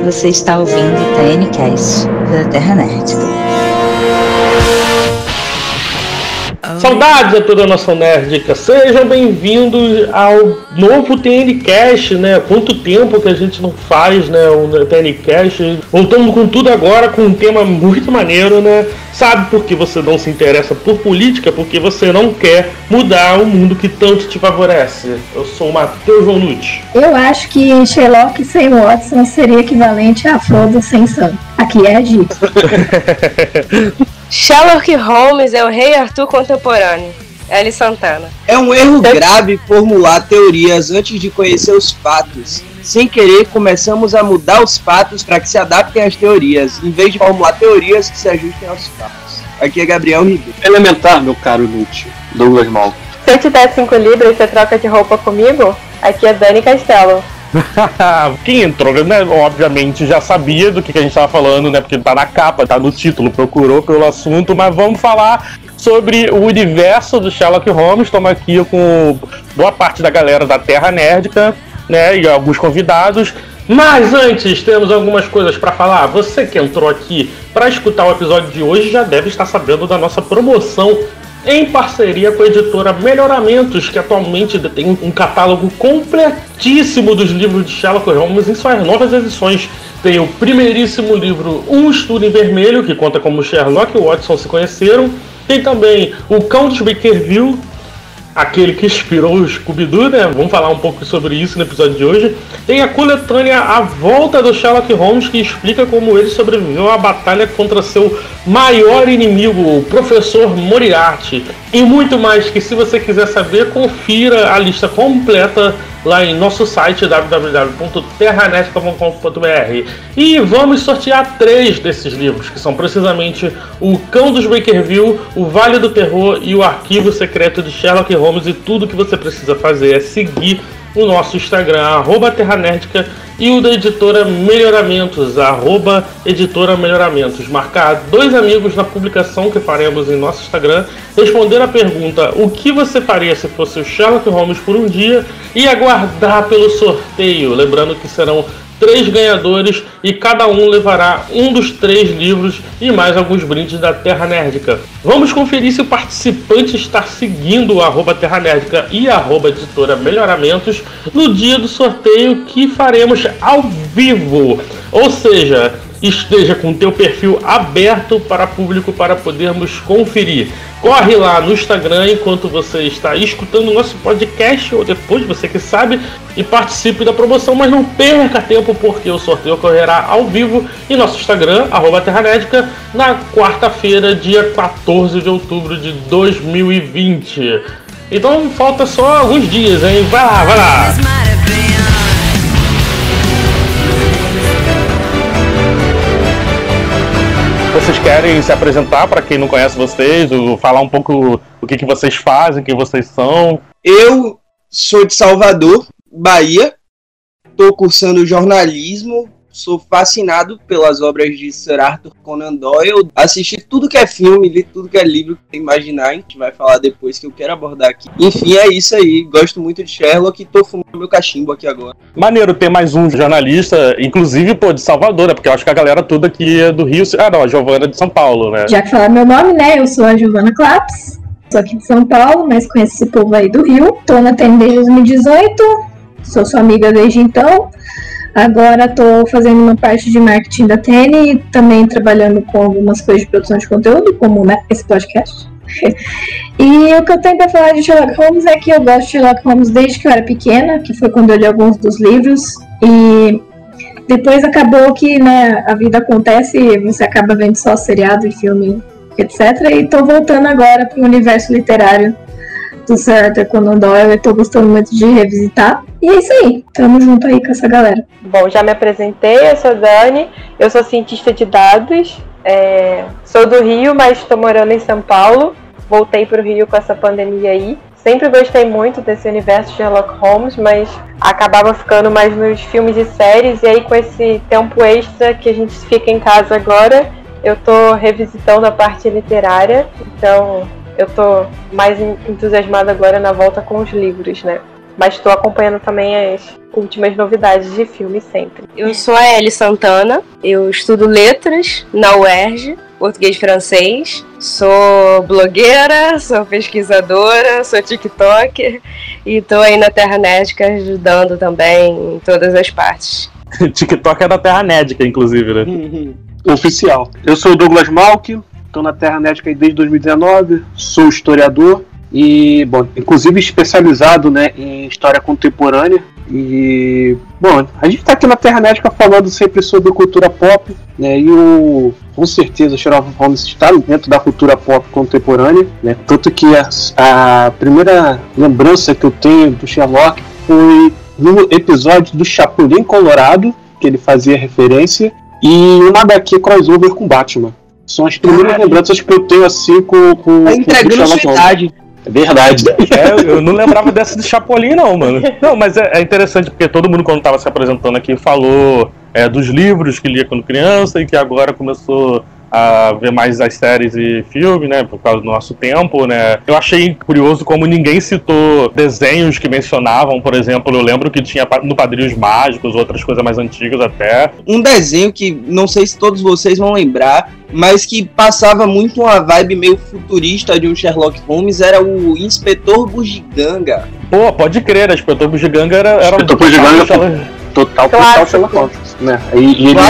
Você está ouvindo o TNCast da Terra Nérdica. Saudades a toda a nação nerdica, sejam bem-vindos ao novo TNCast, né? Quanto tempo que a gente não faz, né, o TNCast. Voltamos com tudo agora, com um tema muito maneiro, né? Sabe por que você não se interessa por política? Porque você não quer mudar o mundo que tanto te favorece. Eu sou o Matheus Vanucci. Eu acho que Sherlock sem Watson seria equivalente a Frodo sem Sam. Aqui é a dica. Sherlock Holmes é o Rei Arthur contemporâneo. L. Santana. É um erro grave formular teorias antes de conhecer os fatos. Sem querer, começamos a mudar os fatos para que se adaptem às teorias, em vez de formular teorias que se ajustem aos fatos. Aqui é Gabriel Ribeiro. Elementar, meu caro Lúcio. Douglas Mal. Se eu te der 5 libras, você troca de roupa comigo? Aqui é Dani Castelo. Quem entrou, né, obviamente já sabia do que a gente estava falando, né, porque tá na capa, tá no título, procurou pelo assunto, mas vamos falar sobre o universo do Sherlock Holmes. Estamos aqui com boa parte da galera da Terra Nérdica, né, e alguns convidados. Mas antes, temos algumas coisas para falar. Você que entrou aqui para escutar o episódio de hoje já deve estar sabendo da nossa promoção em parceria com a editora Melhoramentos, que atualmente tem um catálogo completíssimo dos livros de Sherlock Holmes em suas novas edições. Tem o primeiríssimo livro Um Estudo em Vermelho, que conta como Sherlock e Watson se conheceram. Tem também o Cão de Baskerville, aquele que inspirou o Scooby-Doo, né? Vamos falar um pouco sobre isso no episódio de hoje. Tem a coletânea A Volta do Sherlock Holmes, que explica como ele sobreviveu à batalha contra seu maior inimigo, o Professor Moriarty. E muito mais, que se você quiser saber, confira a lista completa lá em nosso site www.terranerdica.com.br. E vamos sortear 3 desses livros, que são precisamente o Cão dos Baskerville, o Vale do Terror e o Arquivo Secreto de Sherlock Holmes. E tudo que você precisa fazer é seguir o nosso Instagram, @terranerdica, e o da editora Melhoramentos, @editora Melhoramentos. Marcar 2 amigos na publicação que faremos em nosso Instagram, responder a pergunta: o que você faria se fosse o Sherlock Holmes por um dia? E aguardar pelo sorteio. Lembrando que serão 3 ganhadores e cada um levará um dos 3 livros e mais alguns brindes da Terra Nérdica. Vamos conferir se o participante está seguindo o @Terra Nérdica e @editora Melhoramentos no dia do sorteio, que faremos ao vivo. Ou seja, esteja com o teu perfil aberto para público para podermos conferir. Corre lá no Instagram enquanto você está escutando o nosso podcast, ou depois, você que sabe, e participe da promoção, mas não perca tempo, porque o sorteio ocorrerá ao vivo em nosso Instagram, @Terra Nérdica, na quarta-feira, dia 14 de outubro de 2020. Então falta só alguns dias, hein? Vai lá, vai lá! Vocês querem se apresentar para quem não conhece vocês, ou falar um pouco o que vocês fazem, quem vocês são? Eu sou de Salvador, Bahia. Estou cursando jornalismo. Sou fascinado pelas obras de Sir Arthur Conan Doyle. Assisti tudo que é filme, li tudo que é livro que você imaginar. A gente vai falar depois, que eu quero abordar aqui. Enfim, é isso aí. Gosto muito de Sherlock e tô fumando meu cachimbo aqui agora. Maneiro ter mais um jornalista, inclusive, de Salvador, né? Porque eu acho que a galera toda aqui é do Rio. Ah, não, a Giovana é de São Paulo, né? Já que falaram meu nome, né? Eu sou a Giovana Claps. Sou aqui de São Paulo, mas conheço esse povo aí do Rio. Tô na TN desde 2018. Sou sua amiga desde então. Agora estou fazendo uma parte de marketing da TN e também trabalhando com algumas coisas de produção de conteúdo, como, né, esse podcast. E o que eu tenho para falar de Sherlock Holmes é que eu gosto de Sherlock Holmes desde que eu era pequena, que foi quando eu li alguns dos livros. E depois acabou que, né, a vida acontece e você acaba vendo só seriado e filme, etc. E estou voltando agora para o universo literário do Sir Arthur Conan Doyle. Eu tô gostando muito de revisitar. E é isso aí, tamo junto aí com essa galera. Bom, já me apresentei, eu sou Dani, eu sou cientista de dados, sou do Rio, mas estou morando em São Paulo. Voltei pro Rio com essa pandemia aí. Sempre gostei muito desse universo de Sherlock Holmes, mas acabava ficando mais nos filmes e séries. E aí, com esse tempo extra que a gente fica em casa agora, eu tô revisitando a parte literária. Então, eu tô mais entusiasmada agora na volta com os livros, né? Mas estou acompanhando também as últimas novidades de filme sempre. Eu sou a Ellie Santana, eu estudo letras na UERJ, português e francês, sou blogueira, sou pesquisadora, sou tiktoker e tô aí na Terra Nerdica ajudando também em todas as partes. TikTok é da Terra Nerdica, inclusive, né? Oficial. Eu sou o Douglas Malk, tô na Terra Nerdica desde 2019, sou historiador e, bom, inclusive especializado, né, em história contemporânea. E, bom, a gente tá aqui na Terra Nerdica falando sempre sobre cultura pop, né, e com certeza o Sherlock Holmes está dentro da cultura pop contemporânea, né, tanto que a primeira lembrança que eu tenho do Sherlock foi no episódio do Chapulin Colorado, que ele fazia referência, e uma HQ crossover com Batman. São as primeiras lembranças que eu tenho assim com Tá entregando a sua idade. É verdade. Eu não lembrava dessa de Chapolin, não, mano. Não, mas é interessante porque todo mundo, quando tava se apresentando aqui, falou dos livros que lia quando criança e que agora começou a ver mais as séries e filmes, né, por causa do nosso tempo, né. Eu achei curioso como ninguém citou desenhos que mencionavam, por exemplo, eu lembro que tinha no Padrinhos Mágicos, outras coisas mais antigas até. Um desenho que não sei se todos vocês vão lembrar, mas que passava muito uma vibe meio futurista de um Sherlock Holmes, era o Inspetor Bugiganga. Pô, pode crer, Inspetor Bugiganga era Inspetor Bugiganga total Sherlock Holmes, né? E ele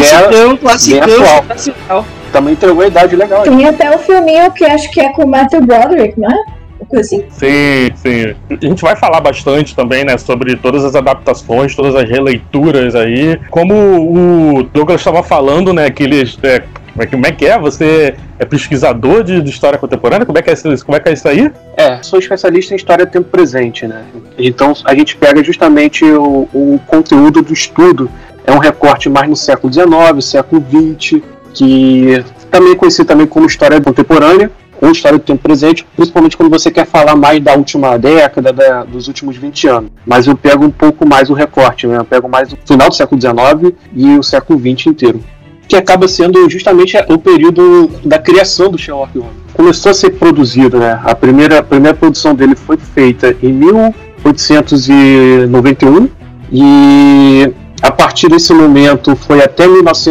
classicão. Também entregou a idade legal. Tem até o filminho que acho que é com o Matthew Broderick, não é? Assim. Sim. A gente vai falar bastante também, né, sobre todas as adaptações, todas as releituras aí. Como o Douglas estava falando, né, que eles... Como é que é? Você é pesquisador de história contemporânea? Como é que é isso aí? Sou especialista em história do tempo presente, né? Então a gente pega justamente o conteúdo do estudo. É um recorte mais no século XIX, século XX, que também é conhecido também como história contemporânea ou história do tempo presente, principalmente quando você quer falar mais da última década, dos últimos 20 anos. Mas eu pego um pouco mais o recorte, né? Eu pego mais o final do século XIX e o século XX inteiro, que acaba sendo justamente o período da criação do Sherlock Holmes. Começou a ser produzido, né? A primeira produção dele foi feita em 1891 e a partir desse momento foi até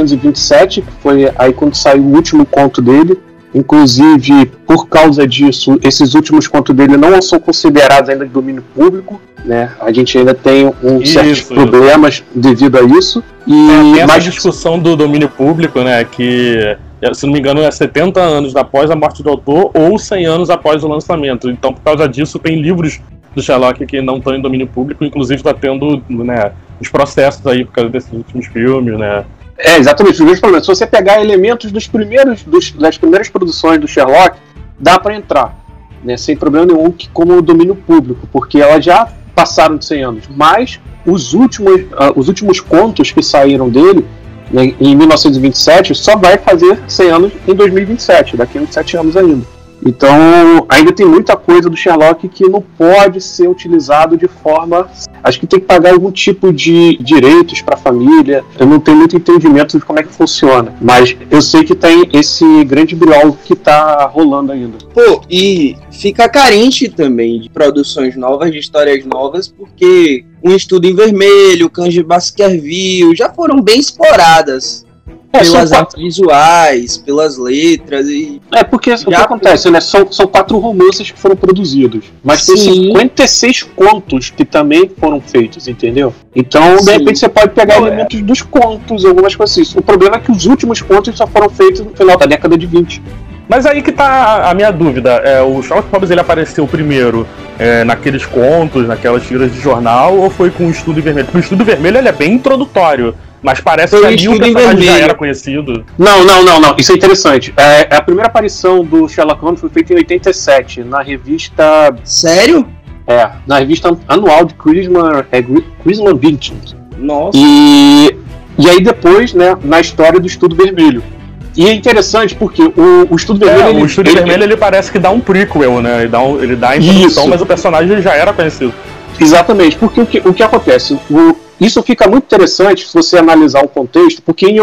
1927, que foi aí quando saiu o último conto dele. Inclusive, por causa disso, esses últimos contos dele não são considerados ainda de domínio público, né? A gente ainda tem certos problemas devido a isso. Tem essa discussão do domínio público, né? Que, se não me engano, é 70 anos após a morte do autor ou 100 anos após o lançamento. Então, por causa disso, tem livros do Sherlock que não estão em domínio público, inclusive está tendo, né, os processos aí por causa desses últimos filmes, né? Exatamente, os problemas. Se você pegar elementos das primeiras produções do Sherlock, dá para entrar, né, sem problema nenhum, como domínio público, porque elas já passaram de 100 anos. Mas os últimos contos que saíram dele, né, em 1927, só vai fazer 100 anos em 2027, daqui a uns 7 anos ainda. Então, ainda tem muita coisa do Sherlock que não pode ser utilizado de forma... Acho que tem que pagar algum tipo de direitos para a família. Eu não tenho muito entendimento de como é que funciona. Mas eu sei que tem esse grande brol que tá rolando ainda. Pô, e fica carente também de produções novas, de histórias novas, porque Um Estudo em Vermelho, Cães de Baskerville, já foram bem exploradas. Pelas artes visuais, pelas letras e... porque o que acontece, né? São 4 romances que foram produzidos, mas tem 56 contos que também foram feitos, entendeu? Então, de repente, você pode pegar elementos dos contos, algumas coisas assim. O problema é que os últimos contos só foram feitos no final da década de 20. Mas aí que tá a minha dúvida. O Sherlock Holmes, ele apareceu primeiro naqueles contos, naquelas tiras de jornal, ou foi com o Estudo em Vermelho? Porque o Estudo Vermelho ele é bem introdutório. Mas parece que ali o personagem já era conhecido. Não. Isso é interessante. A primeira aparição do Sherlock Holmes foi feita em 87, na revista... Sério? Na revista anual de Chrisman Vintage. Nossa. E aí depois, né, na história do Estudo Vermelho. E é interessante porque o Estudo Vermelho... O Estudo Vermelho ele parece que dá um prequel, né? Ele dá a introdução, mas o personagem já era conhecido. Exatamente, porque o que acontece... Isso fica muito interessante se você analisar o contexto, porque em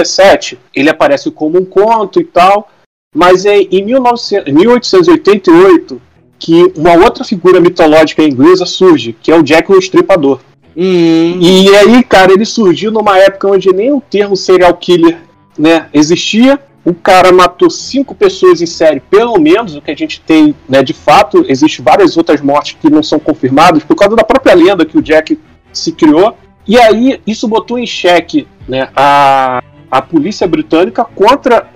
87 ele aparece como um conto e tal, mas é em 1888 que uma outra figura mitológica inglesa surge, que é o Jack o Estripador. E aí, cara, ele surgiu numa época onde nem o termo serial killer, né, existia. O cara matou 5 pessoas em série, pelo menos o que a gente tem, né, de fato. Existem várias outras mortes que não são confirmadas por causa da própria lenda que o Jack se criou. E aí isso botou em xeque, né, a polícia britânica contra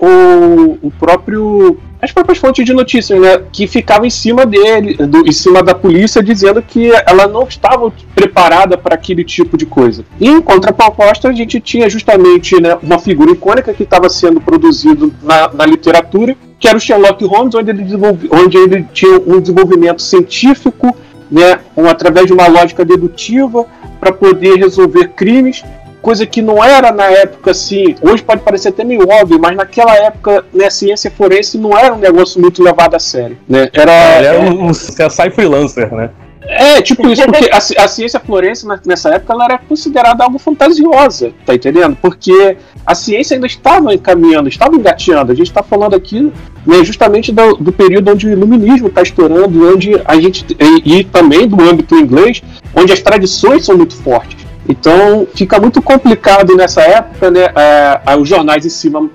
as próprias fontes de notícias, né, que ficavam em cima dele, em cima da polícia, dizendo que ela não estava preparada para aquele tipo de coisa. E em contraproposta, a gente tinha justamente, né, uma figura icônica que estava sendo produzido na literatura, que era o Sherlock Holmes, onde ele tinha um desenvolvimento científico, né, através de uma lógica dedutiva para poder resolver crimes. Coisa que não era na época assim, hoje pode parecer até meio óbvio, mas naquela época, né, a ciência forense não era um negócio muito levado a sério, né? Ele era um CSI freelancer, né? Tipo isso, porque a ciência forense nessa época ela era considerada algo fantasiosa, tá entendendo? Porque a ciência ainda estava encaminhando, estava engateando. A gente está falando aqui, né, justamente do período onde o iluminismo está estourando, onde a gente, e também do âmbito inglês, onde as tradições são muito fortes. Então fica muito complicado nessa época, né, os jornais em cima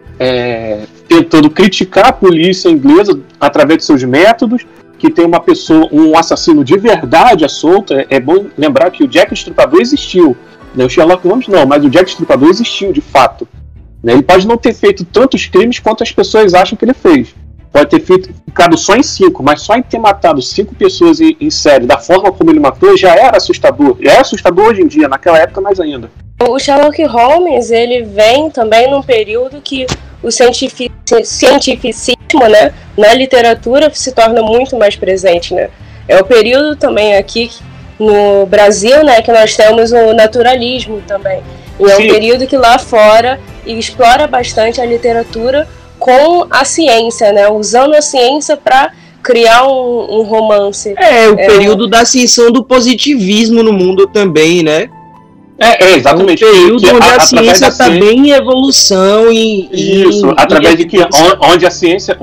tentando criticar a polícia inglesa através de seus métodos, que tem uma pessoa, um assassino de verdade à solta. É bom lembrar que o Jack Estripador existiu, né, o Sherlock Holmes não, mas o Jack Estripador existiu de fato, né. Ele pode não ter feito tantos crimes quanto as pessoas acham que ele fez. Pode ter ficado só em 5, mas só em ter matado 5 pessoas em série, da forma como ele matou, já era assustador. E é assustador hoje em dia, naquela época mais ainda. O Sherlock Holmes, ele vem também num período que o cientificismo, né, na literatura se torna muito mais presente, né. É o período também aqui no Brasil, né, que nós temos o naturalismo também. E é um período que lá fora explora bastante a literatura com a ciência, né? Usando a ciência para criar um romance. O período da ascensão do positivismo no mundo também, né? Exatamente. Um período onde a ciência está bem em evolução através de que onde a ciência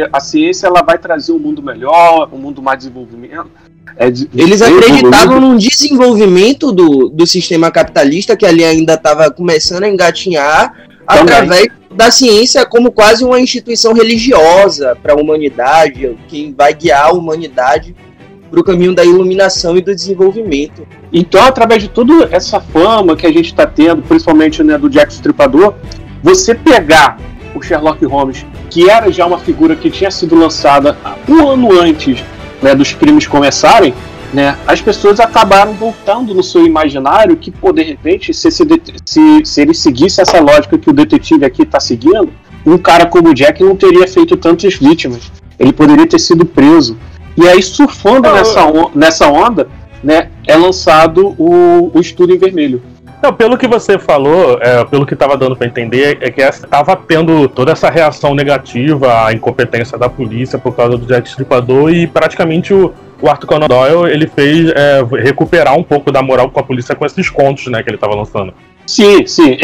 ela vai trazer um mundo melhor, um mundo mais desenvolvimento. Eles acreditavam num desenvolvimento do sistema capitalista que ali ainda estava começando a engatinhar através da ciência como quase uma instituição religiosa para a humanidade, que vai guiar a humanidade para o caminho da iluminação e do desenvolvimento. Então, através de toda essa fama que a gente está tendo, principalmente, né, do Jack Estripador, você pegar o Sherlock Holmes, que era já uma figura que tinha sido lançada um ano antes, né, dos crimes começarem, né, as pessoas acabaram voltando no seu imaginário que, pô, de repente, se ele seguisse essa lógica que o detetive aqui está seguindo, um cara como o Jack não teria feito tantas vítimas. Ele poderia ter sido preso. E aí, surfando nessa onda, né, é lançado o Estudo em Vermelho. Não, pelo que você falou, pelo que estava dando para entender, é que estava tendo toda essa reação negativa à incompetência da polícia por causa do Jack Estripador, e praticamente o Arthur Conan Doyle ele fez recuperar um pouco da moral com a polícia com esses contos, né, que ele estava lançando. Sim,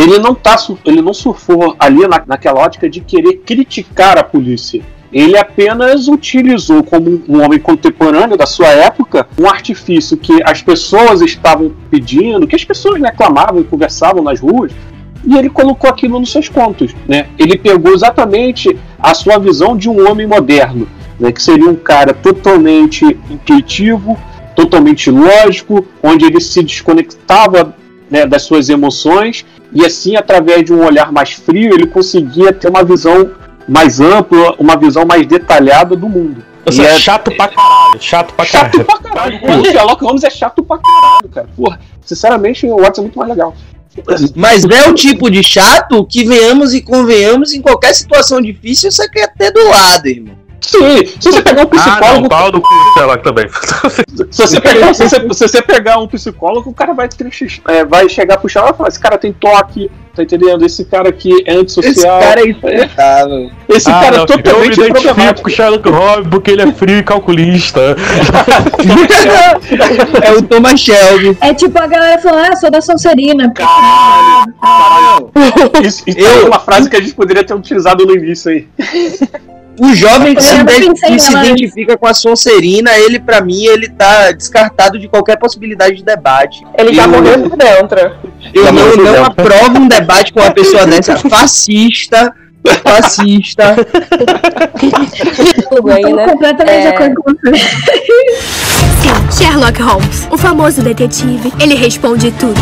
ele não surfou ali naquela ótica de querer criticar a polícia. Ele apenas utilizou como um homem contemporâneo da sua época um artifício que as pessoas estavam pedindo, que as pessoas reclamavam e conversavam nas ruas, e ele colocou aquilo nos seus contos, né? Ele pegou exatamente a sua visão de um homem moderno, né? Que seria um cara totalmente intuitivo, totalmente lógico, onde ele se desconectava, né, das suas emoções, e assim, através de um olhar mais frio, ele conseguia ter uma visão mais ampla, uma visão mais detalhada do mundo. Chato pra caralho. Chato pra caralho. O Sherlock Holmes é chato pra caralho, cara. Porra, sinceramente, o Watson é muito mais legal. Mas é o tipo de chato que, venhamos e convenhamos, em qualquer situação difícil você quer ter do lado, irmão. Sim, se você pegar um psicólogo... pau do cu, Sherlock também. Se você pegar um psicólogo, o cara vai chegar pro Sherlock e falar, esse cara tem toque, tá entendendo? Esse cara aqui é antissocial. Esse cara é insuportável. Esse cara é totalmente problemático. Com o Sherlock Holmes porque ele é frio e calculista. É o Thomas Shelby. É tipo a galera falando, sou da Sonserina. Caralho. Isso é uma frase que a gente poderia ter utilizado no início aí. O jovem que Eu pensei se nela identifica com a Sonserina, ele, pra mim, ele tá descartado de qualquer possibilidade de debate. Ele já morreu por dentro. Eu não aprovo um debate com uma pessoa dessa fascista. Eu Aí, tô né? completamente de acordo com você. Sim, Sherlock Holmes, o famoso detetive. Ele responde tudo.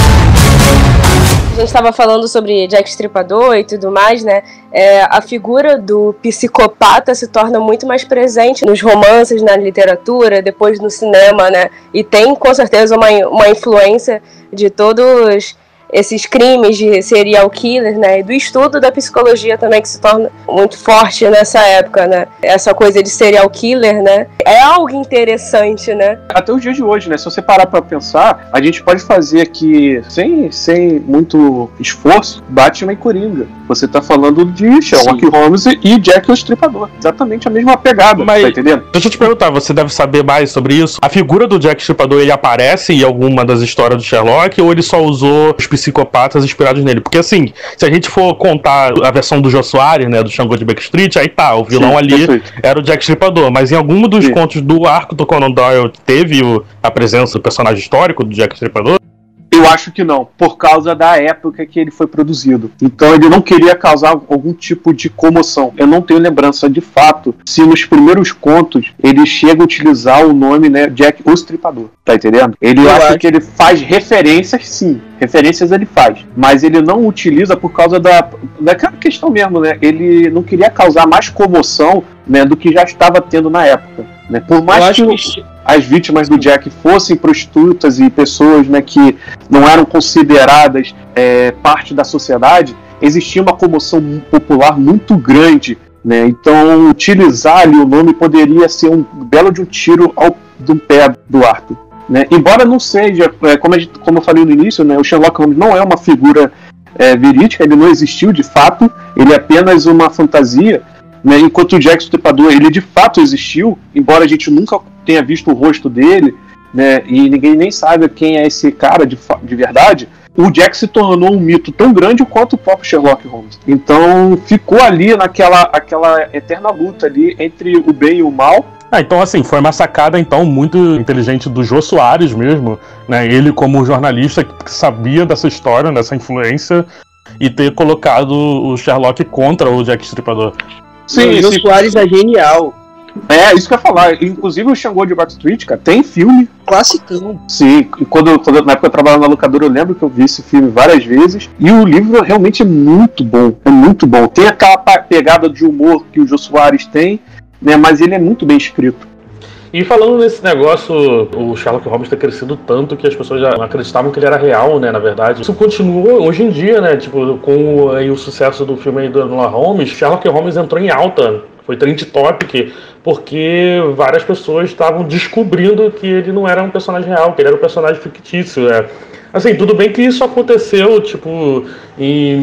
A gente estava falando sobre Jack Stripador e tudo mais, né? A figura do psicopata se torna muito mais presente nos romances, na literatura, depois no cinema, né? E tem, com certeza, uma influência de todos esses crimes de serial killers, né? E do estudo da psicologia também, que se torna muito forte nessa época, né? Essa coisa de serial killer, né? É algo interessante, né? Até os dias de hoje, né? Se você parar pra pensar, a gente pode fazer aqui, sem muito esforço, Batman e Coringa. Você tá falando de Sherlock Holmes e Jack o Estripador. Exatamente a mesma pegada, Mas, tá entendendo? deixa eu te perguntar, você deve saber mais sobre isso. A figura do Jack Stripador, ele aparece em alguma das histórias do Sherlock ou ele só usou os psicopatas inspirados nele? Porque assim, se a gente for contar a versão do Jô Soares, né, do Xangô de Backstreet, aí tá, o vilão ali perfeito. era o Jack Stripador, mas em algum dos contos do arco do Conan Doyle teve a presença do personagem histórico do Jack Stripador? Eu acho que não, por causa da época que ele foi produzido. Então ele não queria causar algum tipo de comoção. Eu não tenho lembrança de fato se nos primeiros contos ele chega a utilizar o nome, né, Jack o Estripador. Tá entendendo? Eu acho que ele faz referências, sim. Referências ele faz. Mas ele não utiliza por causa daquela questão mesmo, né? Ele não queria causar mais comoção, né, do que já estava tendo na época. Né? Por mais que as vítimas do Jack fossem prostitutas e pessoas, né, que não eram consideradas parte da sociedade, existia uma comoção popular muito grande, né? Então utilizar ali o nome poderia ser um belo de um tiro do pé do Arthur, né? Embora não seja, como eu falei no início, né, o Sherlock Holmes não é uma figura verídica, ele não existiu de fato, ele é apenas uma fantasia, né? Enquanto o Jack Stripador, ele de fato existiu, embora a gente nunca tenha visto o rosto dele, né, e ninguém nem sabe quem é esse cara de verdade, o Jack se tornou um mito tão grande quanto o próprio Sherlock Holmes. Então ficou ali aquela eterna luta ali entre o bem e o mal. Então assim, foi uma sacada então muito inteligente do Jô Soares mesmo, né? Ele como jornalista que sabia dessa história, dessa influência, e ter colocado o Sherlock contra o Jack Stripador. Sim, o Jô Soares é genial. É, isso que eu ia falar. Inclusive o Xangô de Backstreet, cara, tem filme. Classicão. Sim, quando na época eu trabalhava na locadora, eu lembro que eu vi esse filme várias vezes. E o livro realmente é muito bom. É muito bom. Tem aquela pegada de humor que o Jô Soares tem, né? Mas ele é muito bem escrito. E falando nesse negócio, o Sherlock Holmes ter crescido tanto que as pessoas já acreditavam que ele era real, né, na verdade. Isso continua hoje em dia, né, tipo, com aí, o sucesso do filme aí do Enola Holmes, Sherlock Holmes entrou em alta, foi trend topic, porque várias pessoas estavam descobrindo que ele não era um personagem real, que ele era um personagem fictício, né. Assim, tudo bem que isso aconteceu, tipo, em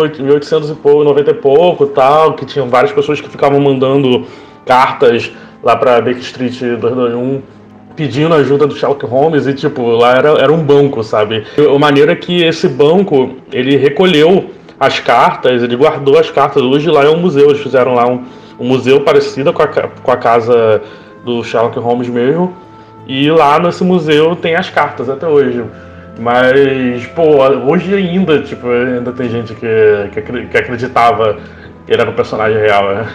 1890 e pouco, tal, que tinham várias pessoas que ficavam mandando cartas lá pra Backstreet 221 pedindo ajuda do Sherlock Holmes e tipo, lá era um banco, sabe? A maneira que esse banco, ele recolheu as cartas, ele guardou as cartas, hoje lá é um museu, eles fizeram lá um museu parecido com a casa do Sherlock Holmes mesmo, e lá nesse museu tem as cartas até hoje. Mas, pô, hoje ainda, tipo, ainda tem gente que acreditava que ele era um personagem real, né?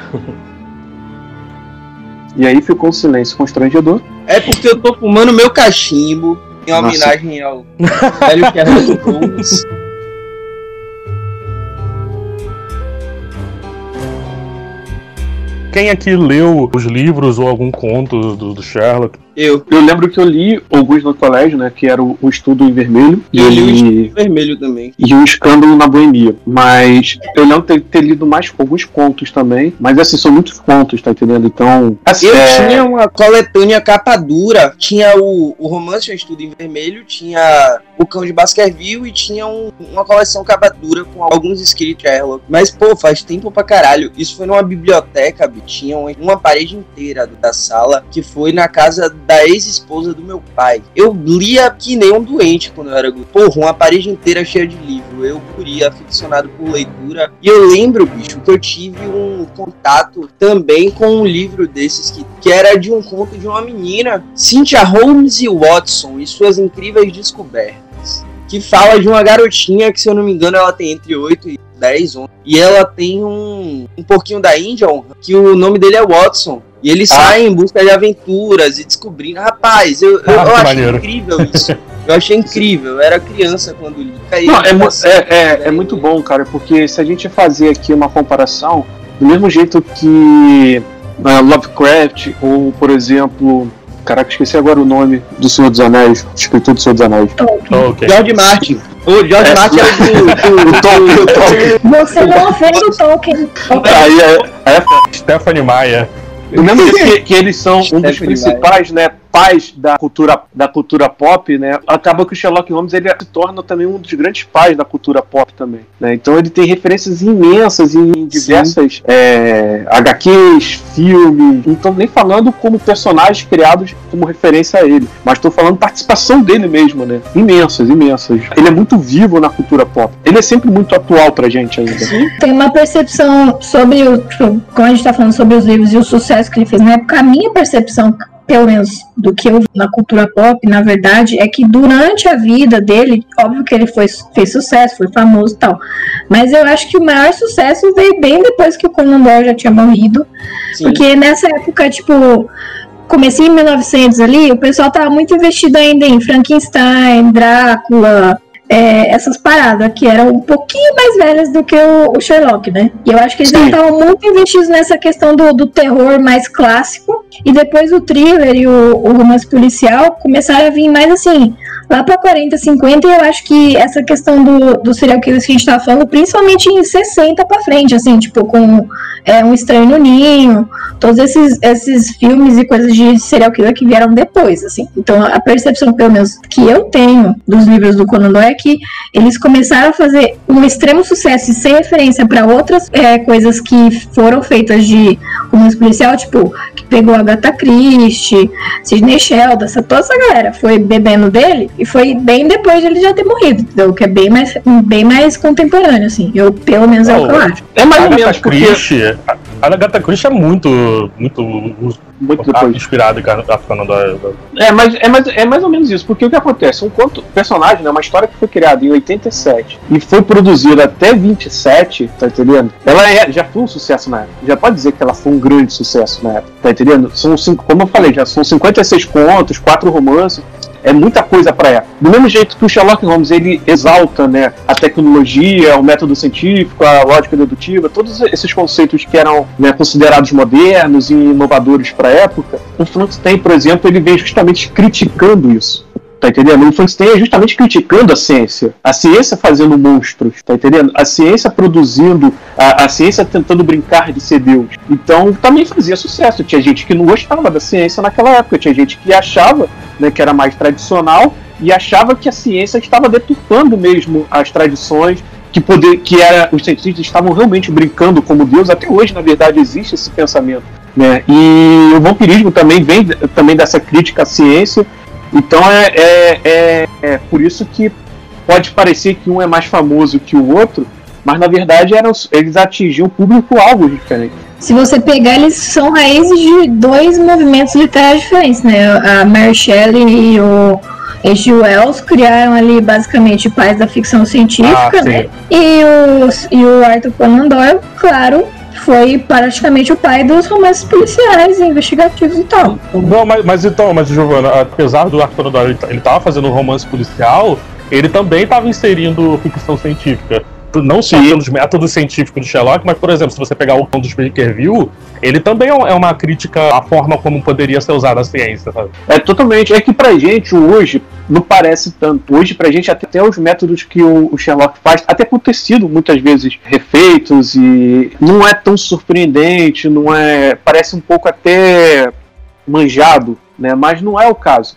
E aí ficou um silêncio constrangedor. É porque eu tô fumando meu cachimbo em homenagem ao velho Sherlock Holmes. Quem aqui leu os livros ou algum conto do Sherlock? Eu lembro que eu li alguns no colégio, né? Que era o Estudo em Vermelho. E eu li o Estudo em Vermelho também. E o Escândalo na Boemia. Mas eu lembro ter lido mais alguns contos também. Mas assim, são muitos contos, tá entendendo? Então. Assim, eu tinha uma coletânea capa dura. Tinha o Romance, o Estudo em Vermelho. Tinha o Cão de Baskerville. E tinha uma coleção capa dura com alguns escritos Sherlock. Mas, pô, faz tempo pra caralho. Isso foi numa biblioteca, tinha uma parede inteira da sala que foi na casa da ex-esposa do meu pai. Eu lia que nem um doente quando eu era guri. Porra, uma parede inteira cheia de livro. Eu guri, aficionado por leitura. E eu lembro, bicho, que eu tive um contato também com um livro desses que era de um conto de uma menina, Cynthia Holmes e Watson e suas incríveis descobertas, que fala de uma garotinha que, se eu não me engano, ela tem entre 8 e 10 anos, e ela tem um porquinho da Índia, que o nome dele é Watson, e ele sai em busca de aventuras e descobrindo. Rapaz, eu achei maneiro. Incrível isso. Eu achei incrível, eu era criança quando li. Não, é muito bom, cara, porque se a gente fazer aqui uma comparação, do mesmo jeito que Lovecraft, ou por exemplo, caraca, esqueci agora o nome do Senhor dos Anéis, escritor do Senhor dos Anéis. Okay. George Martin. O George Martin é do Tolkien. Você não ofende o Tolkien. Aí Stephanie Meyer. Do mesmo jeito que eles são um dos principais, né, pais da cultura pop, né, acaba que o Sherlock Holmes ele se torna também um dos grandes pais da cultura pop também, né, então ele tem referências imensas em diversas HQs, filmes, não estou nem falando como personagens criados como referência a ele, mas estou falando participação dele mesmo, né, imensas, ele é muito vivo na cultura pop, ele é sempre muito atual pra gente ainda. Sim. Tem uma percepção sobre como a gente tá falando sobre os livros e o sucesso que ele fez na época, a minha percepção, pelo menos do que eu vi na cultura pop, na verdade, é que durante a vida dele, óbvio que ele fez sucesso, foi famoso e tal, mas eu acho que o maior sucesso veio bem depois que o Conan Doyle já tinha morrido. Sim. Porque nessa época, tipo, comecei em 1900 ali, o pessoal tava muito investido ainda em Frankenstein, Drácula, essas paradas que eram um pouquinho mais velhas do que o Sherlock, né? E eu acho que eles estavam muito investidos nessa questão do terror mais clássico, e depois o thriller e o romance policial começaram a vir mais assim, lá pra 40, 50, e eu acho que essa questão do serial killers que a gente tava falando, principalmente em 60 pra frente, assim, tipo, com Um Estranho no Ninho, todos esses filmes e coisas de serial killer que vieram depois, assim. Então a percepção, pelo menos, que eu tenho dos livros do Conan Doyle é que eles começaram a fazer um extremo sucesso e sem referência para outras coisas que foram feitas de romance policial, tipo, que pegou Agatha Christie, Sidney Sheldon, toda essa galera foi bebendo dele, e foi bem depois de ele já ter morrido, entendeu? Que é bem mais contemporâneo, assim. Pelo menos é o que eu acho. É mais ou menos porque a Agatha Christie é muito depois inspirado em Conan Doyle. É mais ou menos isso, porque o que acontece? Um personagem, né, uma história que foi criada em 87 e foi produzida até 27, tá entendendo? Ela já foi um sucesso na época. Já pode dizer que ela foi um grande sucesso na época, tá entendendo? Como eu falei, já são 56 contos, 4 romances. É muita coisa para ela. Do mesmo jeito que o Sherlock Holmes ele exalta, né, a tecnologia, o método científico, a lógica dedutiva, todos esses conceitos que eram, né, considerados modernos e inovadores para a época, o Frankenstein, por exemplo, ele vem justamente criticando isso. Tá entendendo? O Frankenstein é justamente criticando a ciência fazendo monstros, tá entendendo? A ciência produzindo, a ciência tentando brincar de ser Deus. Então também fazia sucesso. Tinha gente que não gostava da ciência naquela época, tinha gente que achava, né, que era mais tradicional e achava que a ciência estava deturpando mesmo as tradições, os cientistas estavam realmente brincando como Deus. Até hoje, na verdade, existe esse pensamento, né? E o vampirismo também vem dessa crítica à ciência. Então é por isso que pode parecer que um é mais famoso que o outro, mas na verdade eles atingiam público-alvo diferente. Se você pegar, eles são raízes de dois movimentos literários diferentes, né? A Mary Shelley e o H.G. Wells criaram ali basicamente pais da ficção científica, né? E o Arthur Conan Doyle, claro, foi praticamente o pai dos romances policiais e investigativos e tal. Não, mas Giovana, apesar do Arthur Conan Doyle ele tava fazendo um romance policial, ele também estava inserindo ficção científica. Não só pelos métodos científicos de Sherlock, mas, por exemplo, se você pegar o Cão dos Baskerville, ele também é uma crítica à forma como poderia ser usada a ciência, sabe? Totalmente. É que pra gente, hoje, não parece tanto. Hoje, pra gente, até os métodos que o Sherlock faz, até por ter sido, muitas vezes, refeitos, e não é tão surpreendente, parece um pouco até manjado, né? Mas não é o caso.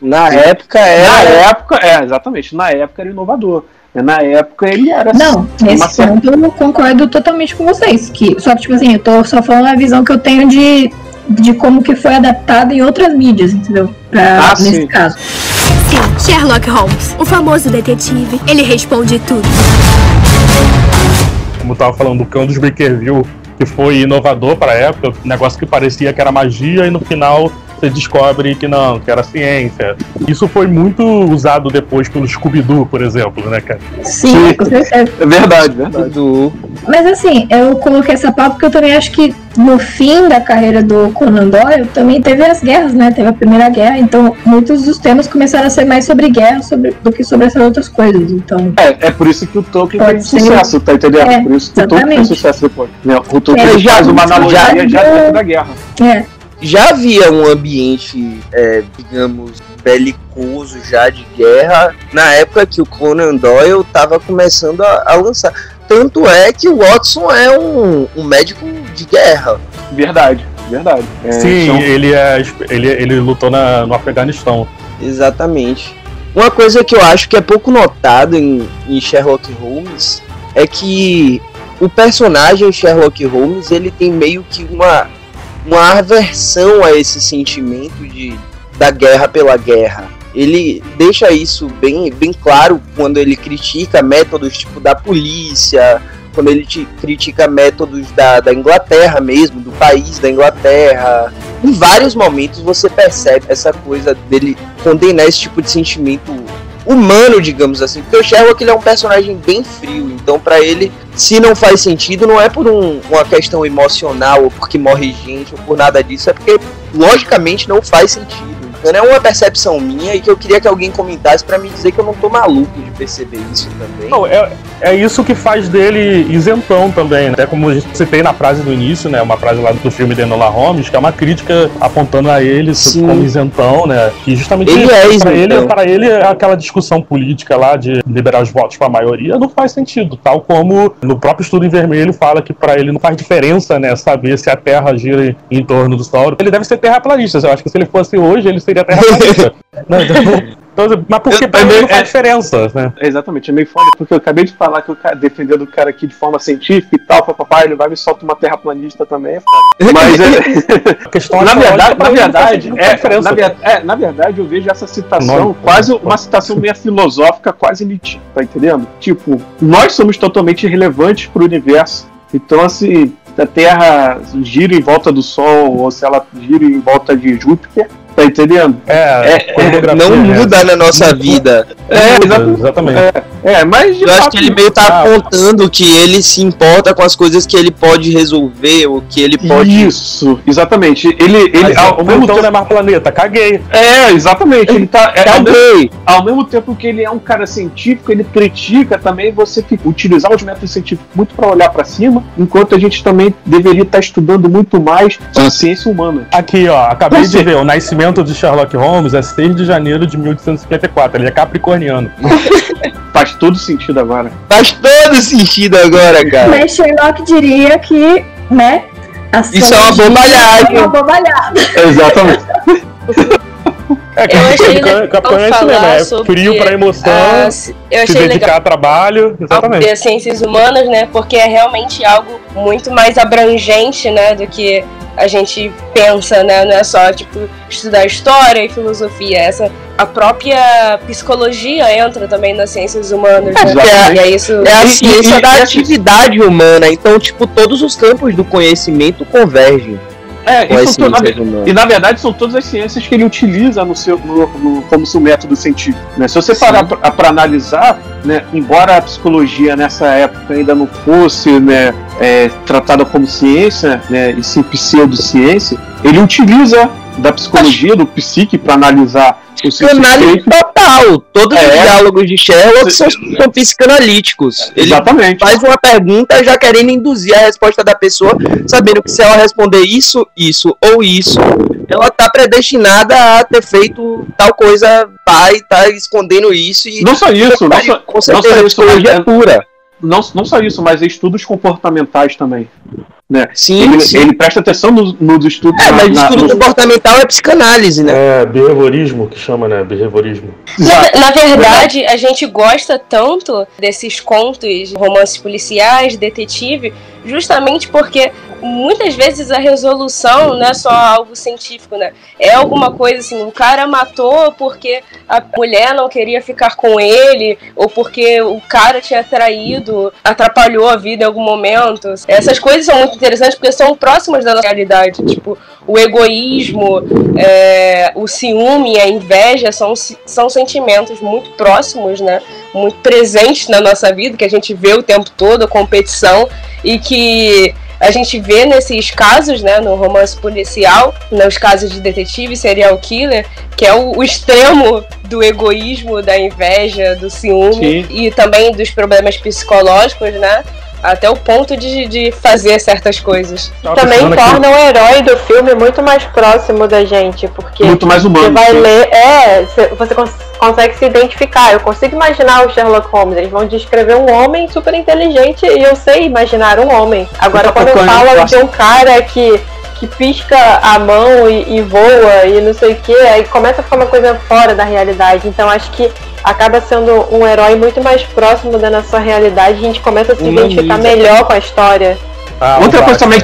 Exatamente. Na época era inovador. Na época ele era... Não, nesse ponto eu concordo totalmente com vocês. Só que, tipo assim, eu tô só falando a visão que eu tenho de como que foi adaptado em outras mídias, entendeu? Nesse caso. Sim, Sherlock Holmes, o famoso detetive. Ele responde tudo. Como eu tava falando do Cão dos Baskerville, que foi inovador para a época, um negócio que parecia que era magia e no final você descobre que não, que era ciência. Isso foi muito usado depois pelo Scooby-Doo, por exemplo, né, cara? Sim, com certeza. É verdade, verdade. Mas assim, eu coloquei essa pauta porque eu também acho que no fim da carreira do Conan Doyle também teve as guerras, né? Teve a Primeira Guerra, então muitos dos temas começaram a ser mais sobre guerra do que sobre essas outras coisas. Então, é por isso que o Tolkien fez sucesso, tá entendendo? Por isso que o Tolkien fez sucesso depois. O Tolkien já faz uma analogia já dentro da guerra. Já havia um ambiente, digamos, belicoso já de guerra na época que o Conan Doyle estava começando a lançar. Tanto é que o Watson é um médico de guerra. Verdade. Sim, então... ele lutou no Afeganistão. Exatamente. Uma coisa que eu acho que é pouco notado em Sherlock Holmes é que o personagem Sherlock Holmes, ele tem meio que uma aversão a esse sentimento da guerra pela guerra. Ele deixa isso bem claro quando ele critica métodos tipo da polícia, quando ele critica métodos da Inglaterra mesmo, do país da Inglaterra. Em vários momentos você percebe essa coisa dele condenar esse tipo de sentimento humano, digamos assim, porque o Sherlock ele é um personagem bem frio, então pra ele, se não faz sentido, não é por uma questão emocional, ou porque morre gente, ou por nada disso, é porque logicamente não faz sentido. Então é uma percepção minha e que eu queria que alguém comentasse pra me dizer que eu não tô maluco de perceber isso também. Não, é isso que faz dele isentão também, né? Até como a gente citei na frase do início, né? Uma frase lá do filme de Enola Holmes, que é uma crítica apontando a ele como isentão, né? E justamente ele para ele aquela discussão política lá de liberar os votos para a maioria não faz sentido, tal como no próprio Estudo em Vermelho fala que para ele não faz diferença, né? Saber se a Terra gira em torno do Sol. Ele deve ser terraplanista. Eu acho que se ele fosse hoje, ele seria terraplanista. Mas porque pra mim não faz diferença, né? Exatamente, é meio foda, porque eu acabei de falar que eu defendendo o cara aqui de forma científica e tal, papai, ele vai me solta uma terraplanista também, é foda. Mas na verdade eu vejo essa citação quase uma citação meio filosófica, quase Nietzsche, tá entendendo? Tipo, nós somos totalmente irrelevantes pro universo. Então, assim, a Terra gira em volta do Sol, ou se ela gira em volta de Júpiter, tá entendendo? Não muda na nossa vida. Exatamente. Mas eu acho que ele meio tá apontando que ele se importa com as coisas que ele pode resolver, ou que ele pode... Isso, exatamente. Ele ao mesmo tempo... não é mais planeta, caguei. Exatamente. Ele tá... Ao mesmo tempo que ele é um cara científico, ele critica também você utilizar os métodos científicos muito pra olhar pra cima, enquanto a gente também deveria estar estudando muito mais a ciência humana. Aqui, ó, acabei de ver, o nascimento de Sherlock Holmes é 6 de janeiro de 1854, ele é capricorniano. Faz todo sentido agora. Faz todo sentido agora, cara. Mas Sherlock diria que, né? Isso é uma bobalhada. Exatamente. Capricorniano é isso mesmo, é frio pra emoção, se dedicar a trabalho, exatamente. As ciências humanas, né? Porque é realmente algo muito mais abrangente, né? Do que a gente pensa, né? Não é só, tipo, estudar história e filosofia. A própria psicologia entra também nas ciências humanas, né? É a ciência da atividade humana. Então, tipo, todos os campos do conhecimento convergem. Na verdade são todas as ciências que ele utiliza como seu método científico, né? Se você parar para analisar, né, embora a psicologia nessa época ainda não fosse, né, tratada como ciência, né, e sim pseudociência, ele utiliza da psicologia, do psique, para analisar o seu análise total. Todos os diálogos de Sherlock são psicanalíticos. Exatamente. Ele faz uma pergunta já querendo induzir a resposta da pessoa, sabendo que se ela responder isso ou isso, ela tá predestinada a ter feito tal coisa, tá escondendo isso. E não só isso, com certeza, a psicologia é pura. Não só isso, mas estudos comportamentais também. Né? Sim. Ele presta atenção nos estudos. Mas estudo comportamental é psicanálise, né? É behaviorismo que chama, né? Behaviorismo. Na verdade, a gente gosta tanto desses contos, romances policiais, detetive, justamente porque muitas vezes a resolução não é só algo científico, né? É alguma coisa assim, o cara matou porque a mulher não queria ficar com ele, ou porque o cara tinha traído isso atrapalhou a vida em algum momento. Essas coisas são muito interessantes porque são próximas da nossa realidade. Tipo, o egoísmo, o ciúme, a inveja são sentimentos muito próximos, né? Muito presentes na nossa vida, que a gente vê o tempo todo, a competição, e que a gente vê nesses casos, né, no romance policial, nos casos de detetive, serial killer, que é o extremo do egoísmo, da inveja, do ciúme. Sim. E também dos problemas psicológicos, né? Até o ponto de fazer certas coisas. Também torna o herói do filme muito mais próximo da gente, porque muito mais humano. Você vai ler, você consegue se identificar. Eu consigo imaginar o Sherlock Holmes. Eles vão descrever um homem super inteligente e eu sei imaginar um homem. Agora, quando eu falo de um cara que pisca a mão e voa e não sei o que, aí começa a ficar uma coisa fora da realidade. Então acho que acaba sendo um herói muito mais próximo da nossa realidade, a gente começa a se identificar melhor com a história. Outra coisa também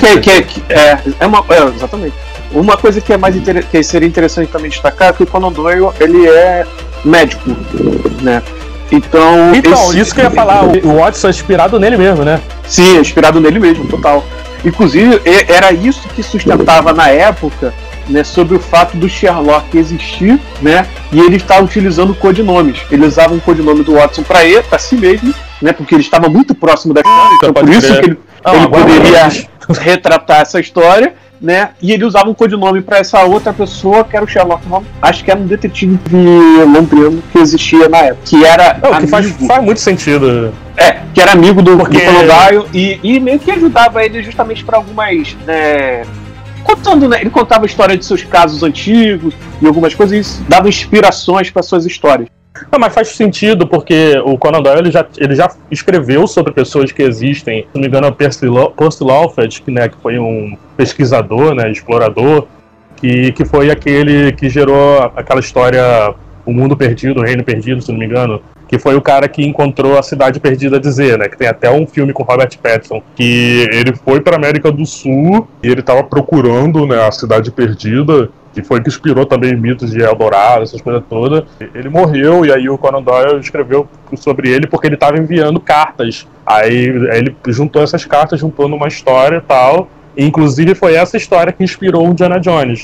exatamente. Uma coisa que é que seria interessante também destacar é que o Conan Doyle, ele é médico, né? Então isso que eu ia falar, o Watson é inspirado nele mesmo, né? Sim, é inspirado nele mesmo, total. Inclusive, era isso que sustentava na época, né, sobre o fato do Sherlock existir, né, e ele estava utilizando codinomes. Ele usava um codinome do Watson para si mesmo, né, porque ele estava muito próximo da história, então por isso que ele poderia retratar essa história, né, e ele usava um codinome para essa outra pessoa, que era o Sherlock Holmes. Acho que era um detetive londrino que existia na época, que era que faz muito sentido. Que era amigo do Conan Doyle e meio que ajudava ele justamente para algumas, né, contando, né, ele contava a história de seus casos antigos e algumas coisas, e isso dava inspirações para suas histórias. Mas faz sentido, porque o Conan Doyle ele já escreveu sobre pessoas que existem. Se não me engano, é o Percy Lawford, que foi um pesquisador, né, explorador, que foi aquele que gerou aquela história, O Mundo Perdido, O Reino Perdido, se não me engano, que foi o cara que encontrou a Cidade Perdida de Z, né? Que tem até um filme com Robert Pattinson, que ele foi para América do Sul e ele estava procurando, né, a Cidade Perdida, que foi que inspirou também mitos de Eldorado, essas coisas todas. Ele morreu e aí o Conan Doyle escreveu sobre ele porque ele estava enviando cartas. Aí ele juntou essas cartas, juntou numa história e tal. E, inclusive foi essa história que inspirou o Indiana Jones.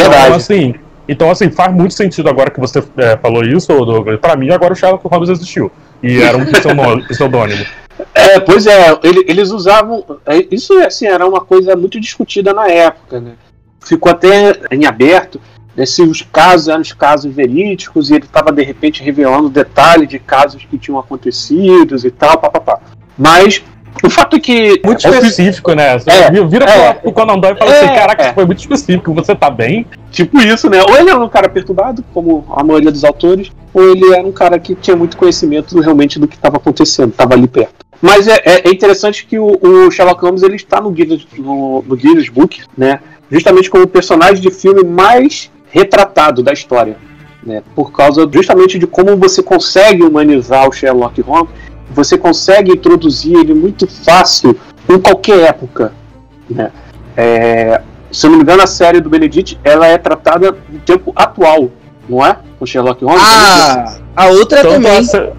Então, assim, faz muito sentido agora que você falou isso, Douglas. Pra mim, agora o Sherlock Holmes existiu. E era um pseudônimo. Pois é, eles usavam... Isso, assim, era uma coisa muito discutida na época, né? Ficou até em aberto, né, se os casos eram os casos verídicos e ele estava, de repente, revelando detalhes de casos que tinham acontecido e tal, papapá. Mas... o fato é que... muito específico, né? Vira pro Conan Doyle e fala assim, caraca, isso foi muito específico, você tá bem? Tipo isso, né? Ou ele era um cara perturbado, como a maioria dos autores, ou ele era um cara que tinha muito conhecimento realmente do que estava acontecendo, estava ali perto. Mas é interessante que o Sherlock Holmes, ele está no Guinness Book, né? Justamente como o personagem de filme mais retratado da história, né? Por causa justamente de como você consegue humanizar o Sherlock Holmes. Você consegue introduzir ele muito fácil em qualquer época, né? Se eu não me engano, a série do Benedict, ela é tratada no tempo atual, não é? Com Sherlock Holmes. A outra então, também.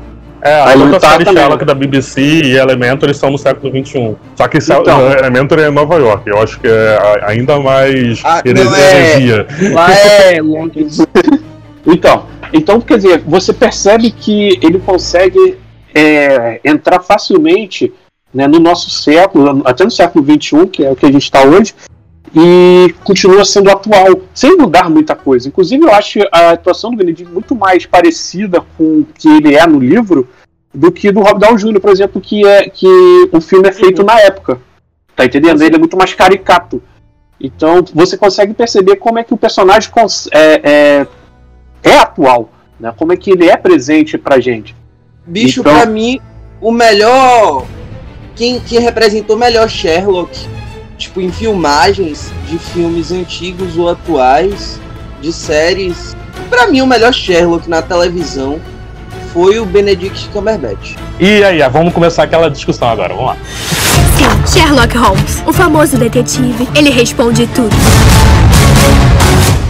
A série Sherlock da BBC e Elementary são no século XXI. Só que Elementary é Nova York. Eu acho que é ainda mais heresia. Lá é Londres. Então, quer dizer, você percebe que ele consegue entrar facilmente, né, no nosso século, até no século XXI, que é o que a gente está hoje, e continua sendo atual, sem mudar muita coisa. Inclusive, eu acho a atuação do Benedict muito mais parecida com o que ele é no livro do que do Robert Downey Jr., por exemplo, que o filme é feito na época. Tá entendendo? Ele é muito mais caricato. Então, você consegue perceber como é que o personagem é atual, né? Como é que ele é presente pra gente. Bicho, então, pra mim, o melhor... Quem representou melhor Sherlock, tipo, em filmagens de filmes antigos ou atuais, de séries... Pra mim, o melhor Sherlock na televisão foi o Benedict Cumberbatch. E aí, vamos começar aquela discussão agora, vamos lá. Sim, Sherlock Holmes, o famoso detetive, ele responde tudo.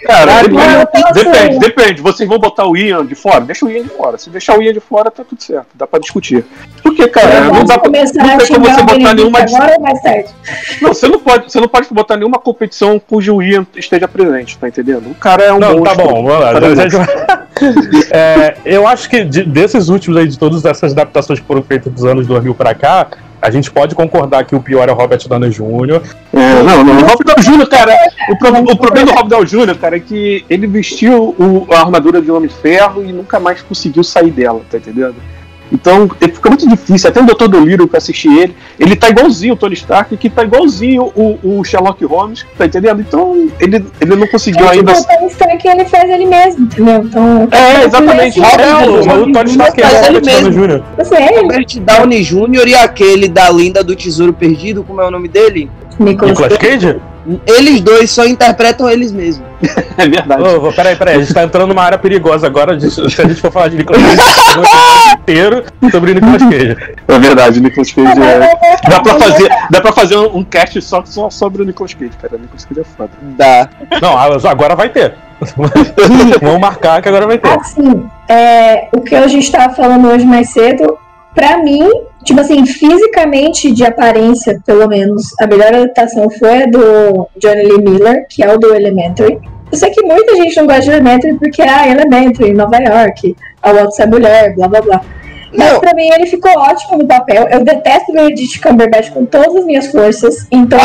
Cara, Não, depende. Vocês vão botar o Ian de fora? Deixa o Ian de fora. Se deixar o Ian de fora, tá tudo certo. Dá pra discutir. Porque, cara, não tem como você botar nenhuma. Agora ou mais tarde? Não, você não pode botar nenhuma competição cujo Ian esteja presente, tá entendendo? O cara é um monstro. Tá bom, vamos lá. Eu acho que desses últimos aí, de todas essas adaptações que foram feitas dos anos 2000 pra cá, a gente pode concordar que o pior é o Robert Downey Jr. Não, o Robert Downey Jr., cara, o problema do Robert Downey Jr., cara, é que ele vestiu a armadura de Homem de Ferro e nunca mais conseguiu sair dela, tá entendendo? Então, fica muito difícil. Até o Dr. Dolittle, que eu assisti ele tá igualzinho o Tony Stark, que tá igualzinho o Sherlock Holmes, tá entendendo? Então, ele não conseguiu ainda... O Tony Stark, ele faz ele mesmo, entendeu? Então, exatamente. O Tony Stark é ele Robert Downey mesmo. Jr. Robert Downey Jr. e aquele da Lenda do Tesouro Perdido, como é o nome dele? Nicolas Cage? Eles dois só interpretam eles mesmos. É verdade. Peraí, a gente tá entrando numa área perigosa agora. Se a gente for falar de Nicolas Cage inteiro sobre Nicolas Cage. É verdade, Nicolas Cage dá pra fazer um cast só sobre o Nicolas Cage, cara. O Nicolas Cage é foda. Dá. Não, agora vai ter. Vamos marcar que agora vai ter. Assim, o que a gente tava falando hoje mais cedo, pra mim, tipo assim, fisicamente, de aparência, pelo menos, a melhor adaptação foi a do Johnny Lee Miller, que é o do Elementary. Eu sei que muita gente não gosta de Elementary porque, Elementary, Nova York, a outra é mulher, blá blá blá. Mas pra mim ele ficou ótimo no papel. Eu detesto o Benedict Cumberbatch com todas as minhas forças. Então,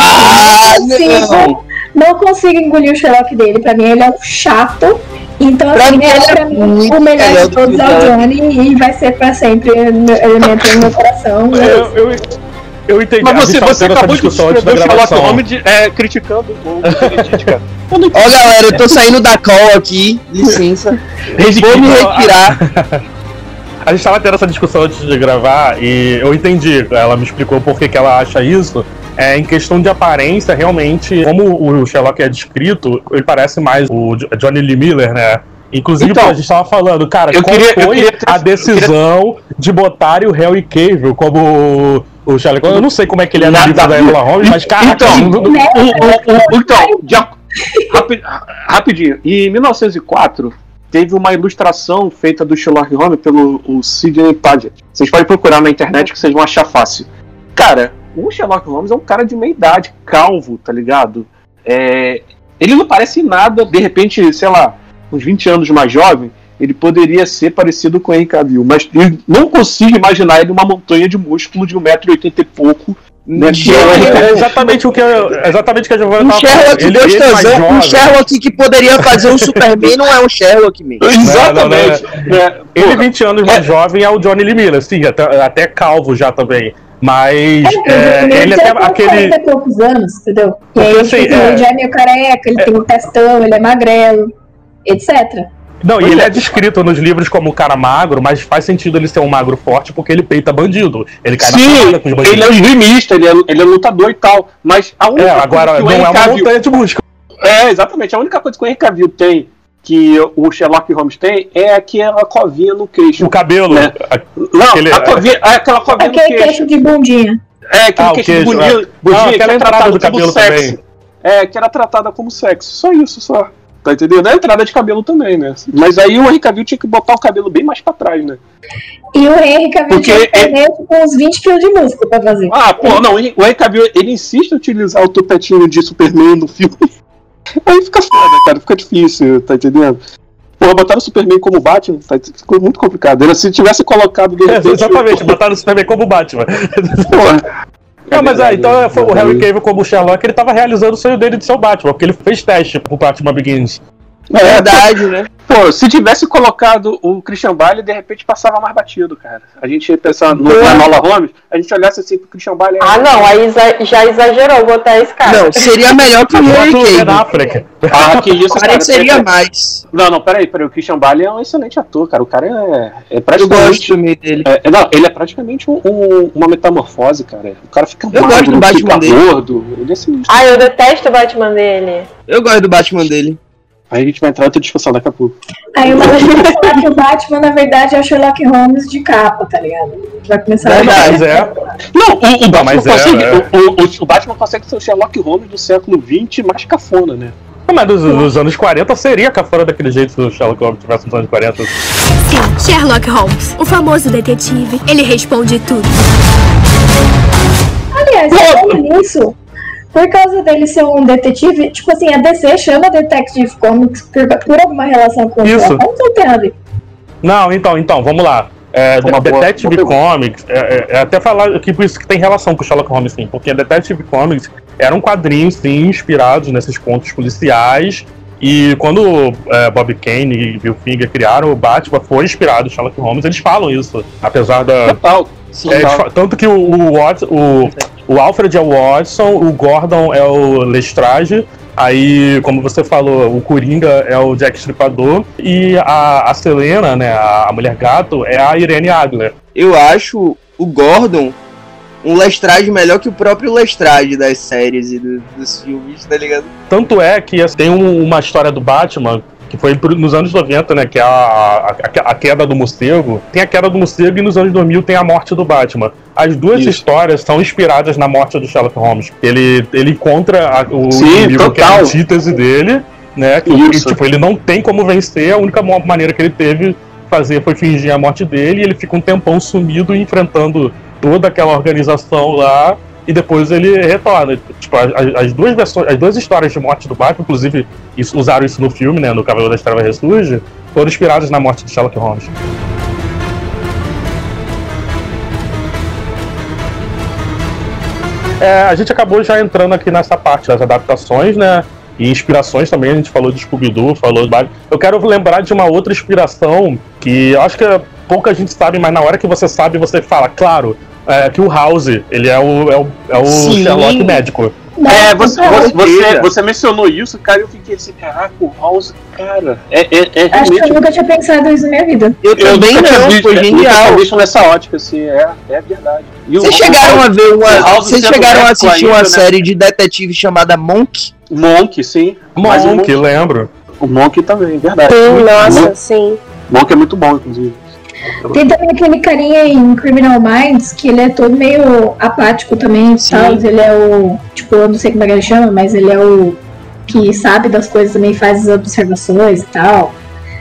não consigo engolir o Sherlock dele. Pra mim ele é um chato. Então, assim, pra mim, o melhor de todos é o Johnny e vai ser pra sempre Elementary no meu coração. Eu entendi. Mas você acabou de descrever o Sherlock Holmes criticando o Benedict, cara. Ó, galera, eu tô saindo da call aqui. Licença. Vou me retirar. A gente tava tendo essa discussão antes de gravar e eu entendi. Ela me explicou por que ela acha isso. Em questão de aparência, realmente, como o Sherlock é descrito, ele parece mais o Johnny Lee Miller, né? Inclusive, a gente tava falando, cara, foi a decisão de botar o Harry Cavill como o Sherlock Holmes? Eu não sei como é que ele é no livro da Enola Holmes, mas, cara... Rapidinho. Em 1904... teve uma ilustração feita do Sherlock Holmes pelo Sidney Paget. Vocês podem procurar na internet que vocês vão achar fácil. Cara, o Sherlock Holmes é um cara de meia idade, calvo, tá ligado? Ele não parece nada, de repente, sei lá, uns 20 anos mais jovem, ele poderia ser parecido com o Henry Cavill, mas eu não consigo imaginar ele uma montanha de músculo de 1,80m e pouco. Exatamente o que a Giovanna tava falando. Ele gostosão, um Sherlock que poderia fazer um Superman não é um Sherlock mesmo. Exatamente. Ele 20 anos mais jovem é o Johnny Lee Miller, sim, até calvo já também. Mas ele até aquele... 40 e poucos anos, entendeu? E aí, ele já é meio careca, ele tem um testão, ele é magrelo, etc. Não, e ele é descrito nos livros como um cara magro, mas faz sentido ele ser um magro forte porque ele peita bandido. Ele cai na porrada com os bandidos. Ele é esgrimista, ele é lutador e tal. Mas a única agora coisa que não é uma montanha de músculo. Exatamente. A única coisa que o Henry Cavill tem, que o Sherlock Holmes tem, é aquela covinha no queixo. O cabelo. Né? Aquela covinha no queixo. Aquele queixo de bundinha. Aquele queixo de bundinha. Que era entrada do cabelo também. Que era tratada como sexo. Só isso, só. Tá entendendo? É entrada de cabelo também, né? Mas aí o Henry Cavill tinha que botar o cabelo bem mais pra trás, né? E o Henry Cavill tinha que ter com uns 20 kg de músculo pra fazer. Não, o Henry Cavill, ele insiste em utilizar o topetinho de Superman no filme. Aí fica foda, cara, fica difícil, tá entendendo? Porra, botaram o Superman como Batman, ficou muito complicado. Se tivesse colocado... Exatamente, botaram o Superman como Batman. Porra. Não, mas então o Harry Cavill como Sherlock, ele tava realizando o sonho dele de ser o Batman, porque ele fez teste pro Batman Begins. É verdade, né? Pô, se tivesse colocado o Christian Bale, de repente passava mais batido, cara. A gente ia pensar no Enola Holmes, a gente olhasse assim pro Christian Bale... não, aí já exagerou botar esse cara. Não, seria melhor que o Harry Cavill. Que isso, cara. Seria mais. Não, peraí, o Christian Bale é um excelente ator, cara. O cara é praticamente... Eu gosto dele. Ele é praticamente uma metamorfose, cara. O cara fica magro, gosto do Batman dele. Gordo, ele é sinistro. Eu detesto o Batman dele. Eu gosto do Batman dele. Aí a gente vai entrar em outra discussão daqui a pouco. Aí uma vez vai falar que o Batman, na verdade, é o Sherlock Holmes de capa, tá ligado? Vai começar a o Batman consegue ser o Sherlock Holmes do século XX mais cafona, né? Mas dos anos 40 seria cafona daquele jeito se o Sherlock Holmes tivesse nos anos 40. Sim, Sherlock Holmes, o famoso detetive. Ele responde tudo. Aliás, falando nisso, por causa dele ser um detetive, tipo assim, a DC chama Detective Comics por alguma relação com o Isso. Sherlock Holmes ou tem a ver? Não, então, vamos lá. Detective Comics, até falar aqui por isso que tem relação com o Sherlock Holmes, sim, porque a Detective Comics eram quadrinhos, sim, inspirados nesses contos policiais, e quando Bob Kane e Bill Finger criaram o Batman, foi inspirado em Sherlock Holmes, eles falam isso, apesar da... Total. Tanto que o Alfred é o Watson, o Gordon é o Lestrade, aí, como você falou, o Coringa é o Jack Stripador e a Selena, né, a Mulher Gato, é a Irene Adler. Eu acho o Gordon um Lestrade melhor que o próprio Lestrade das séries e dos filmes, tá ligado? Tanto é que tem uma história do Batman que foi nos anos 90, né, que é a queda do morcego. Tem a queda do morcego e nos anos 2000 tem a morte do Batman. As duas histórias são inspiradas na morte do Sherlock Holmes. Ele encontra o inimigo que é a antítese dele, né, que tipo, ele não tem como vencer, a única maneira que ele teve de fazer foi fingir a morte dele, e ele fica um tempão sumido enfrentando toda aquela organização lá, e depois ele retorna. Tipo, as duas histórias de morte do Batman, inclusive usaram isso no filme, né, no Cavaleiro das Trevas Ressurge, foram inspiradas na morte de Sherlock Holmes. A gente acabou já entrando aqui nessa parte das adaptações, né, e inspirações também. A gente falou de Scooby-Doo, falou de Batman. Eu quero lembrar de uma outra inspiração que eu acho que pouca gente sabe, mas na hora que você sabe, você fala, claro, que o House, ele é o Sherlock médico. Você mencionou isso, cara, eu fiquei assim, caraca, o House, cara, Acho que eu nunca tinha pensado isso na minha vida. Eu também não, foi genial. Visto nessa ótica, assim, é verdade. Vocês chegaram a ver vocês chegaram a assistir uma série de detetive chamada Monk? Monk, sim. Monk, lembro. O Monk também, verdade. Sim, nossa, sim. Monk é muito bom, inclusive. Tem também aquele carinha em Criminal Minds, que ele é todo meio apático também, tal. Ele é o, tipo, eu não sei como é que ele chama, mas ele é o que sabe das coisas também, faz as observações e tal.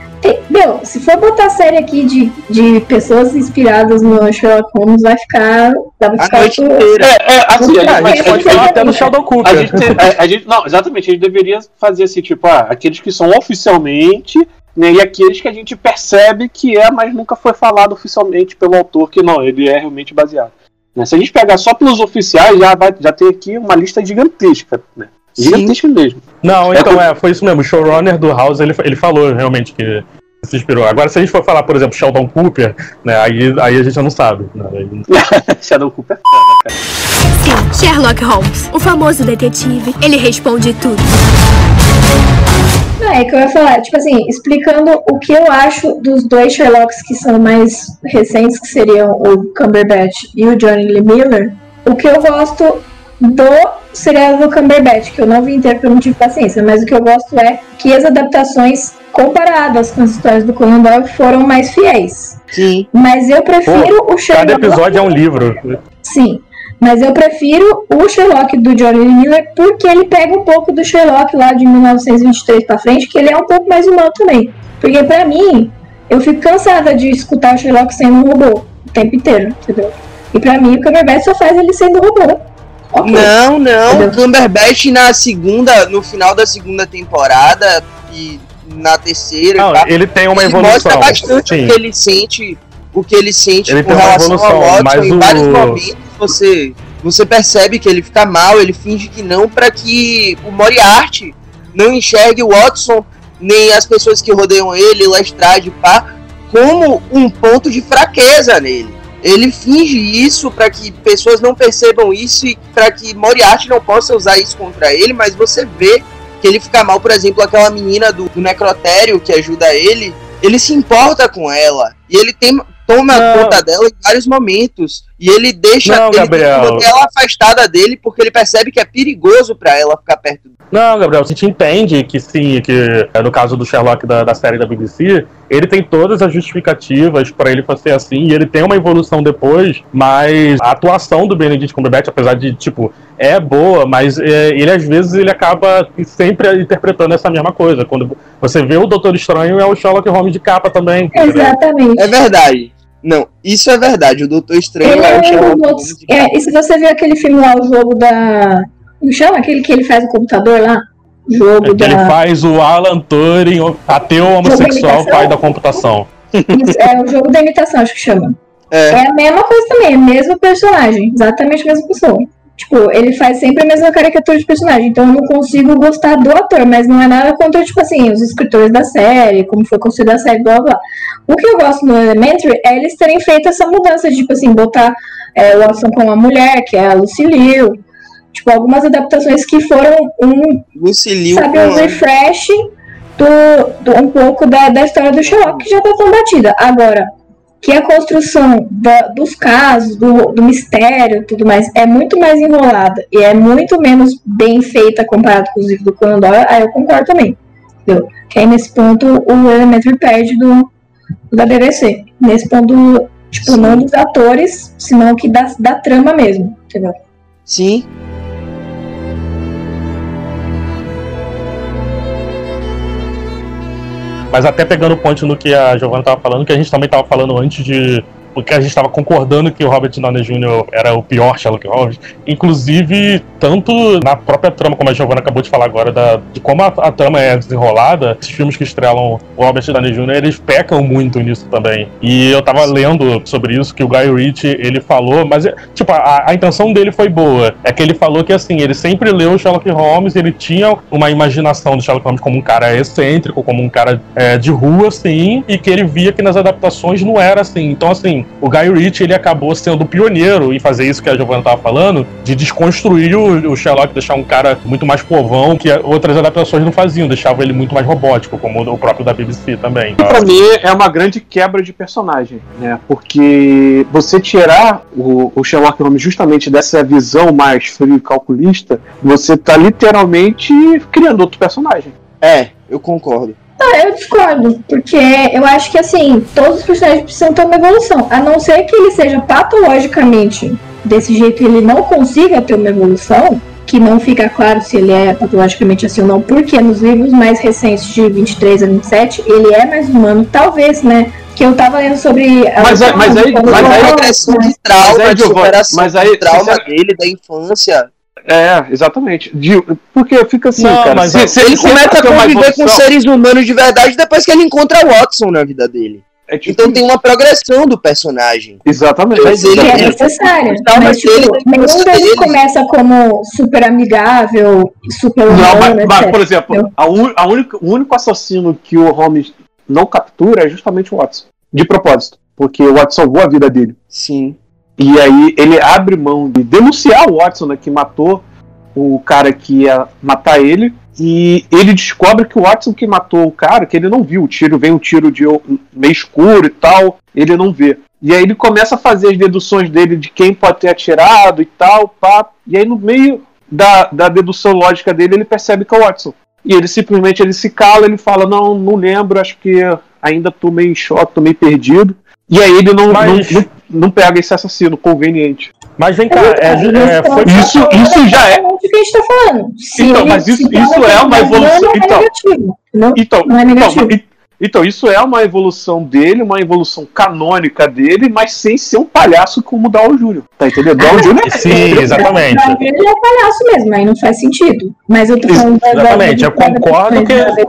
Se for botar a série aqui de pessoas inspiradas no Sherlock Holmes, vai ficar a noite inteira. Assim, a gente pode falar até no Sheldon Cooper. Não, exatamente, a gente deveria fazer assim, tipo, aqueles que são oficialmente, né, e aqueles que a gente percebe que mas nunca foi falado oficialmente pelo autor, que não, ele é realmente baseado. Né? Se a gente pegar só pelos oficiais, já tem aqui uma lista gigantesca, né? Gigantesca mesmo. Não, então foi isso mesmo. O showrunner do House, ele falou realmente que se inspirou. Agora, se a gente for falar, por exemplo, Sheldon Cooper, né, aí a gente já não sabe. Né? Sheldon Cooper é foda, cara. Sim, Sherlock Holmes, o famoso detetive. Ele responde tudo. Não, é que eu ia falar, tipo assim, explicando o que eu acho dos dois Sherlocks que são mais recentes, que seriam o Cumberbatch e o Johnny Lee Miller. O que eu gosto do seriado do Cumberbatch, que eu não vi inteiro porque eu não tive paciência, mas o que eu gosto é que as adaptações comparadas com as histórias do Conan Doyle foram mais fiéis. Sim. Mas eu prefiro o Sherlock... Cada episódio é um livro. Sim. Mas eu prefiro o Sherlock do Johnny Lee Miller porque ele pega um pouco do Sherlock lá de 1923 pra frente, que ele é um pouco mais humano também. Porque pra mim, eu fico cansada de escutar o Sherlock sendo um robô o tempo inteiro, entendeu? E pra mim, o Cumberbatch só faz ele sendo robô. Okay. Não, o Cumberbatch no final da segunda temporada e na terceira, ele tem uma evolução. Mostra bastante o que ele sente ele com relação ao Watson. Em vários momentos você percebe que ele fica mal, ele finge que não, para que o Moriarty não enxergue o Watson nem as pessoas que rodeiam ele, Lestrade, como um ponto de fraqueza nele. Ele finge isso para que pessoas não percebam isso e para que Moriarty não possa usar isso contra ele, mas você vê que ele fica mal. Por exemplo, aquela menina do necrotério que ajuda ele se importa com ela e ele toma conta dela em vários momentos. E ele deixa ela afastada dele porque ele percebe que é perigoso pra ela ficar perto dele. Não, Gabriel, a gente entende que sim, que no caso do Sherlock da série da BBC, ele tem todas as justificativas pra ele ser assim, e ele tem uma evolução depois, mas a atuação do Benedict Cumberbatch, apesar de, tipo, é boa, mas ele às vezes ele acaba sempre interpretando essa mesma coisa. Quando você vê o Doutor Estranho, é o Sherlock Holmes de capa também. Exatamente. É verdade. Não, isso é verdade. O Doutor Estranho é o Sherlock Holmes de capa. E se você viu aquele filme lá, o jogo da... Como chama? Aquele que ele faz no computador lá? Jogo ele faz o Alan Turing, ateu homossexual, pai da computação. Isso, é o jogo da imitação, acho que chama. É a mesma coisa também, é o mesmo personagem, exatamente a mesma pessoa. Tipo, ele faz sempre a mesma caricatura de personagem, então eu não consigo gostar do ator, mas não é nada contra, tipo assim, os escritores da série, como foi construída a série, blá blá. O que eu gosto no Elementary é eles terem feito essa mudança de, tipo assim, botar o Watson com uma mulher, que é a Lucy Liu. Tipo, algumas adaptações que foram um refresh um pouco da história do Sherlock, que já tá tão batida. Agora, que a construção dos casos, do mistério e tudo mais, é muito mais enrolada e é muito menos bem feita comparado com os livros do Conan Doyle, aí eu concordo também. Entendeu? Que aí nesse ponto o Elementary perde da BBC. Nesse ponto, tipo, não dos atores, senão que da trama mesmo, entendeu? Sim. Mas até pegando o ponto no que a Giovanna estava falando, que a gente também estava falando antes de... Porque a gente estava concordando que o Robert Downey Jr. era o pior Sherlock Holmes. Inclusive, tanto na própria trama, como a Giovanna acabou de falar agora, de como a trama é desenrolada, esses filmes que estrelam o Robert Downey Jr., eles pecam muito nisso também. E eu tava lendo sobre isso, que o Guy Ritchie, ele falou, mas, tipo, a intenção dele foi boa. É que ele falou que, assim, ele sempre leu o Sherlock Holmes, ele tinha uma imaginação do Sherlock Holmes como um cara excêntrico, como um cara de rua, assim, e que ele via que nas adaptações não era assim. Então, assim, o Guy Ritchie, ele acabou sendo pioneiro em fazer isso que a Giovanna tava falando, de desconstruir o Sherlock, deixar um cara muito mais povão, que outras adaptações não faziam, deixava ele muito mais robótico, como o próprio da BBC também. E pra mim é uma grande quebra de personagem, né? Porque você tirar o Sherlock Holmes justamente dessa visão mais frio e calculista, você tá literalmente criando outro personagem. Eu concordo. Eu discordo, porque eu acho que, assim, todos os personagens precisam ter uma evolução, a não ser que ele seja patologicamente desse jeito e ele não consiga ter uma evolução, que não fica claro se ele é patologicamente assim ou não, porque nos livros mais recentes de 23 a 27, ele é mais humano, talvez, né? Que eu tava lendo sobre... Mas aí regressão de trauma, de superação de trauma dele, da infância... Exatamente. Porque fica assim, não, cara. Mas se ele começa a conviver com seres humanos de verdade depois que ele encontra o Watson na vida dele. Então tem uma progressão do personagem. Exatamente. Mas ele é necessário. Mas nenhum deles começa como super amigável, super humano, mas, por exemplo, o único assassino que o Holmes não captura é justamente o Watson. De propósito. Porque o Watson salvou a vida dele. Sim. E aí ele abre mão de denunciar o Watson, né, que matou o cara que ia matar ele. E ele descobre que o Watson que matou o cara, que ele não viu o tiro, vem um tiro meio escuro e tal, ele não vê. E aí ele começa a fazer as deduções dele de quem pode ter atirado e tal, pá. E aí no meio da dedução lógica dele, ele percebe que é o Watson. E ele simplesmente se cala, ele fala, não lembro, acho que ainda tô meio em choque, tô meio perdido. E aí ele não pega esse assassino conveniente. Mas vem cá, isso já é. O que a gente tá falando? Então, mas isso é uma evolução. Não é negativo. Então, isso é uma evolução dele, uma evolução canônica dele, mas sem ser um palhaço como o Downey Jr. Tá entendendo? Downey Jr. Sim, exatamente. Ele é palhaço mesmo, aí não faz sentido. Mas eu tô falando exatamente, eu concordo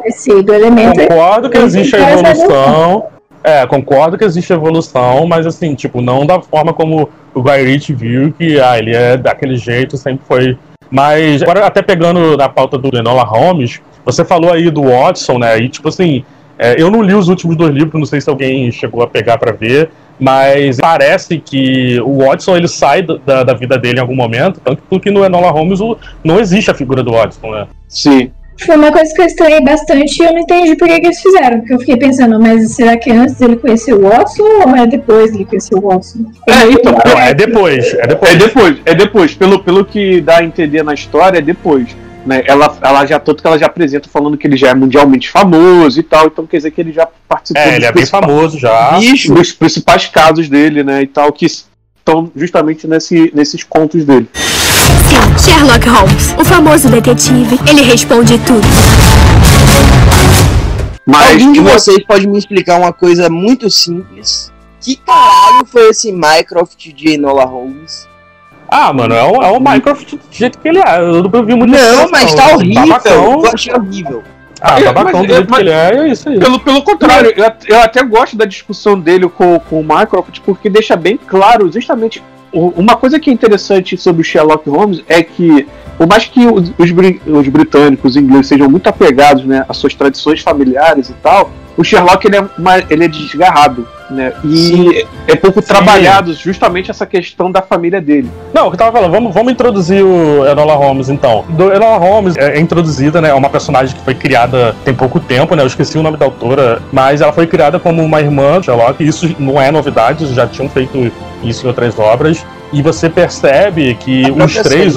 que existe a evolução. Concordo que existe evolução, mas assim, tipo, não da forma como o Guy Ritchie viu, que ele é daquele jeito, sempre foi. Mas agora, até pegando na pauta do Enola Holmes, você falou aí do Watson, né, e tipo assim, eu não li os últimos 2 livros, não sei se alguém chegou a pegar pra ver, mas parece que o Watson, ele sai da vida dele em algum momento, tanto que no Enola Holmes não existe a figura do Watson, né? Sim. Foi uma coisa que eu estranhei bastante e eu não entendi por que eles fizeram. Porque eu fiquei pensando, mas será que antes ele conheceu o Watson ou é depois ele conheceu o Watson? É depois. É depois. Pelo que dá a entender na história, é depois. Né? Tanto que ela já apresenta falando que ele já é mundialmente famoso e tal, então quer dizer que ele já participou ele é bem famoso já. Dos principais casos dele, né? E tal, que estão justamente nesses contos dele. Sim, Sherlock Holmes, o famoso detetive. Ele responde tudo. Mas alguém de vocês pode me explicar uma coisa muito simples? Que caralho foi esse Mycroft de Enola Holmes? Mano, é o Mycroft do jeito que ele é. Eu não vi muito. Não, mas tá horrível. Babacão. Eu achei horrível. Babacão do jeito que ele é isso aí. Pelo contrário, eu até gosto da discussão dele com o Mycroft, porque deixa bem claro justamente. Uma coisa que é interessante sobre o Sherlock Holmes é que, por mais que os britânicos, os ingleses sejam muito apegados, né, às suas tradições familiares e tal, o Sherlock ele é desgarrado, né, e é pouco trabalhado justamente essa questão da família dele. Não, o que eu tava falando, vamos introduzir o Enola Holmes então. Enola Holmes é introduzida, né, é uma personagem que foi criada tem pouco tempo, né, eu esqueci o nome da autora, mas ela foi criada como uma irmã do Sherlock, e isso não é novidade, já tinham feito isso em outras obras, e você percebe que os três,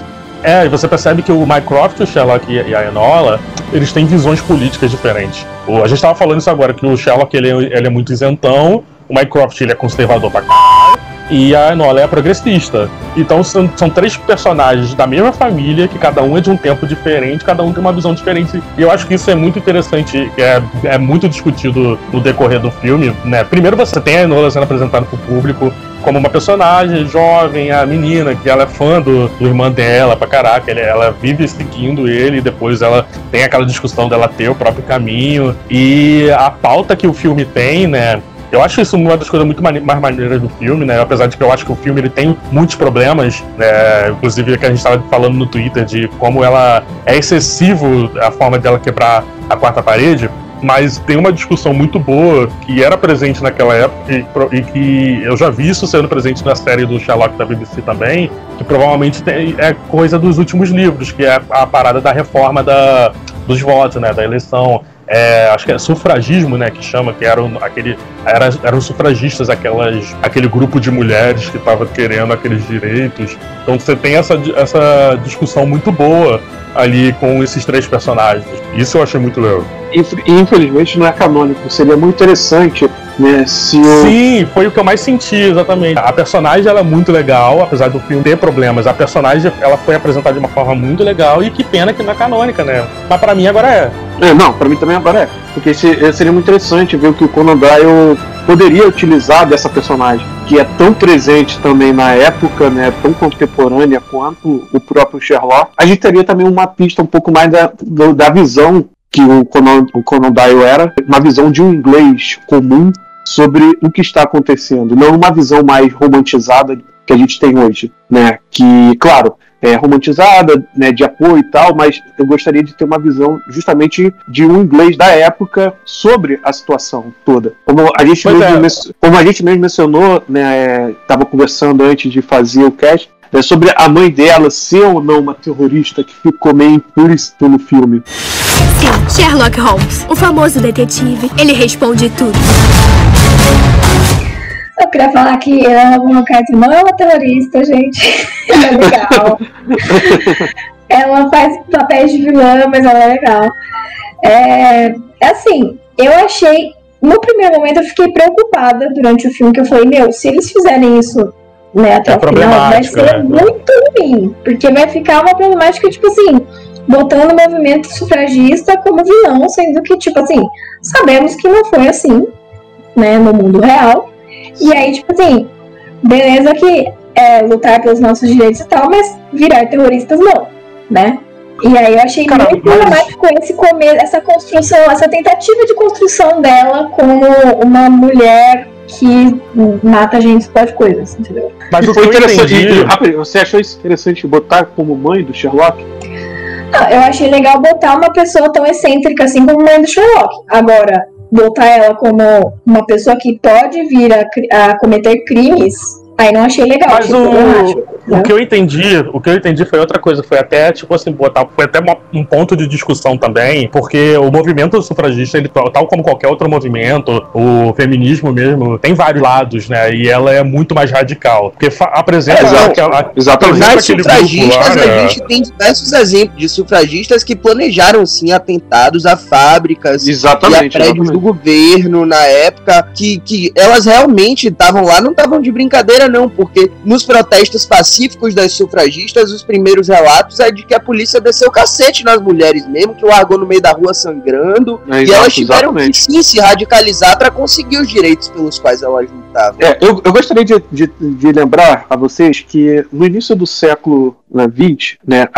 você percebe que o Mycroft, o Sherlock e a Enola, eles têm visões políticas diferentes. A gente tava falando isso agora, que o Sherlock ele é muito isentão, o Mycroft ele é conservador pra caralho, e a Enola é progressista. Então são três personagens da mesma família, que cada um é de um tempo diferente, cada um tem uma visão diferente. E eu acho que isso é muito interessante, é muito discutido no decorrer do filme, né? Primeiro você tem a Enola sendo apresentada pro público como uma personagem jovem, a menina, que ela é fã do irmão dela pra caraca, ela vive seguindo ele, e depois ela tem aquela discussão dela ter o próprio caminho, e a pauta que o filme tem, né, eu acho isso uma das coisas muito mais maneiras do filme, né, apesar de que eu acho que o filme ele tem muitos problemas, né, inclusive que a gente estava falando no Twitter de como ela é excessivo a forma dela quebrar a quarta parede, mas tem uma discussão muito boa que era presente naquela época e que eu já vi isso sendo presente na série do Sherlock da BBC também, que provavelmente é coisa dos últimos livros, que é a parada da reforma dos votos, né, da eleição. Acho que é sufragismo, né, que chama, que eram sufragistas, aquele grupo de mulheres que estava querendo aqueles direitos. Então você tem essa discussão muito boa ali com esses três personagens. Isso eu achei muito legal. Infelizmente não é canônico. Seria muito interessante, né, se Sim, foi o que eu mais senti, exatamente. A personagem ela é muito legal, apesar do filme ter problemas. A personagem ela foi apresentada de uma forma muito legal, e que pena que não é canônica, né? Mas pra mim agora é. Não, pra mim também agora é. Porque seria muito interessante ver o que o Conan Doyle poderia utilizar dessa personagem, que é tão presente também na época, né, tão contemporânea quanto o próprio Sherlock. A gente teria também uma pista um pouco mais da visão que o Conan Doyle era, uma visão de um inglês comum sobre o que está acontecendo, não uma visão mais romantizada que a gente tem hoje, né, que, claro, é romantizada, né, de apoio e tal, mas eu gostaria de ter uma visão justamente de um inglês da época sobre a situação toda. Como a gente mesmo mencionou, né, estava conversando antes de fazer o cast, sobre a mãe dela ser ou não uma terrorista, que ficou meio implícito no filme. Sim, Sherlock Holmes, o famoso detetive. Ele responde tudo. Eu queria falar que Helena Bonham Carter não é uma terrorista, gente. Ela é legal. Ela faz papéis de vilã, mas ela é legal. Assim, eu achei... No primeiro momento eu fiquei preocupada durante o filme, que eu falei, se eles fizerem isso, né, até o final, vai ser muito ruim. Porque vai ficar uma problemática, tipo assim, botando o movimento sufragista como vilão, sendo que, tipo assim, sabemos que não foi assim, né, no mundo real. E aí, tipo assim, beleza que lutar pelos nossos direitos e tal, mas virar terroristas não, né? E aí eu achei muito problemático essa construção, essa tentativa de construção dela como uma mulher que mata gente, explode coisas, entendeu? Mas foi interessante. Você achou isso interessante botar como mãe do Sherlock? Não, eu achei legal botar uma pessoa tão excêntrica assim como mãe do Sherlock. Agora, botar ela como uma pessoa que pode vir a cometer crimes, aí não achei legal. Mas O que eu entendi foi outra coisa, foi até, tipo assim, foi até um ponto de discussão também, porque o movimento sufragista, ele, tal como qualquer outro movimento, o feminismo mesmo, tem vários lados, né, e ela é muito mais radical, porque apresenta exatamente. Nas sufragistas, a gente tem diversos exemplos de sufragistas que planejaram, sim, atentados a fábricas e a prédios do governo na época, que elas realmente estavam lá, não estavam de brincadeira não, porque nos protestos pacíficos das sufragistas, os primeiros relatos é de que a polícia desceu o cacete nas mulheres mesmo, que largou no meio da rua sangrando, e elas tiveram que sim se radicalizar para conseguir os direitos pelos quais elas lutavam. Eu gostaria de lembrar a vocês que no início do século XX, né,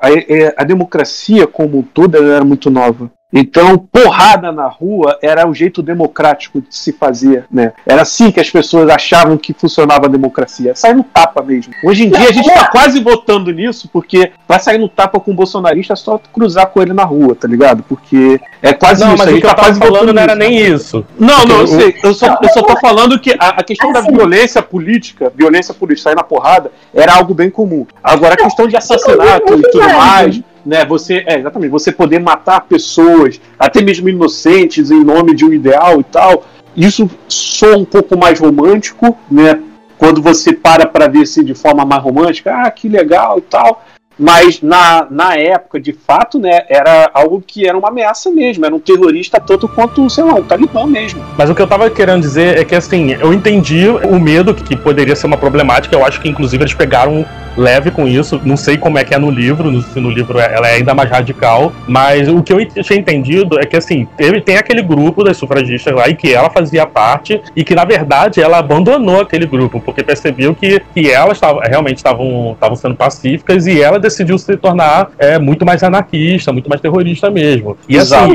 a democracia como um todo era muito nova. Então, porrada na rua era o jeito democrático de se fazer, né? Era assim que as pessoas achavam que funcionava a democracia. Sair no tapa mesmo. Hoje em dia a gente tá quase votando nisso, porque vai sair no tapa com um bolsonarista é só cruzar com ele na rua, tá ligado? Porque é quase isso. Mas a gente o que eu tava falando não era nem isso. Não, eu sei. Eu só tô falando que a questão da violência política, sair na porrada, era algo bem comum. Agora, a questão de assassinato e tudo mais... Né, exatamente, você poder matar pessoas, até mesmo inocentes, em nome de um ideal e tal, isso soa um pouco mais romântico, né? Quando você para ver assim de forma mais romântica, que legal e tal. Mas na época, de fato, né, era algo que era uma ameaça mesmo, era um terrorista tanto quanto, sei lá, um talibã mesmo. Mas o que eu tava querendo dizer é que, assim, eu entendi o medo que poderia ser uma problemática, eu acho que, inclusive, eles pegaram leve com isso, não sei como é que é no livro, se no livro ela é ainda mais radical, mas o que eu tinha entendido é que, assim, tem aquele grupo das sufragistas lá, e que ela fazia parte, e que, na verdade, ela abandonou aquele grupo, porque percebeu que elas realmente estavam sendo pacíficas, e ela decidiu se tornar muito mais anarquista, muito mais terrorista mesmo. E assim,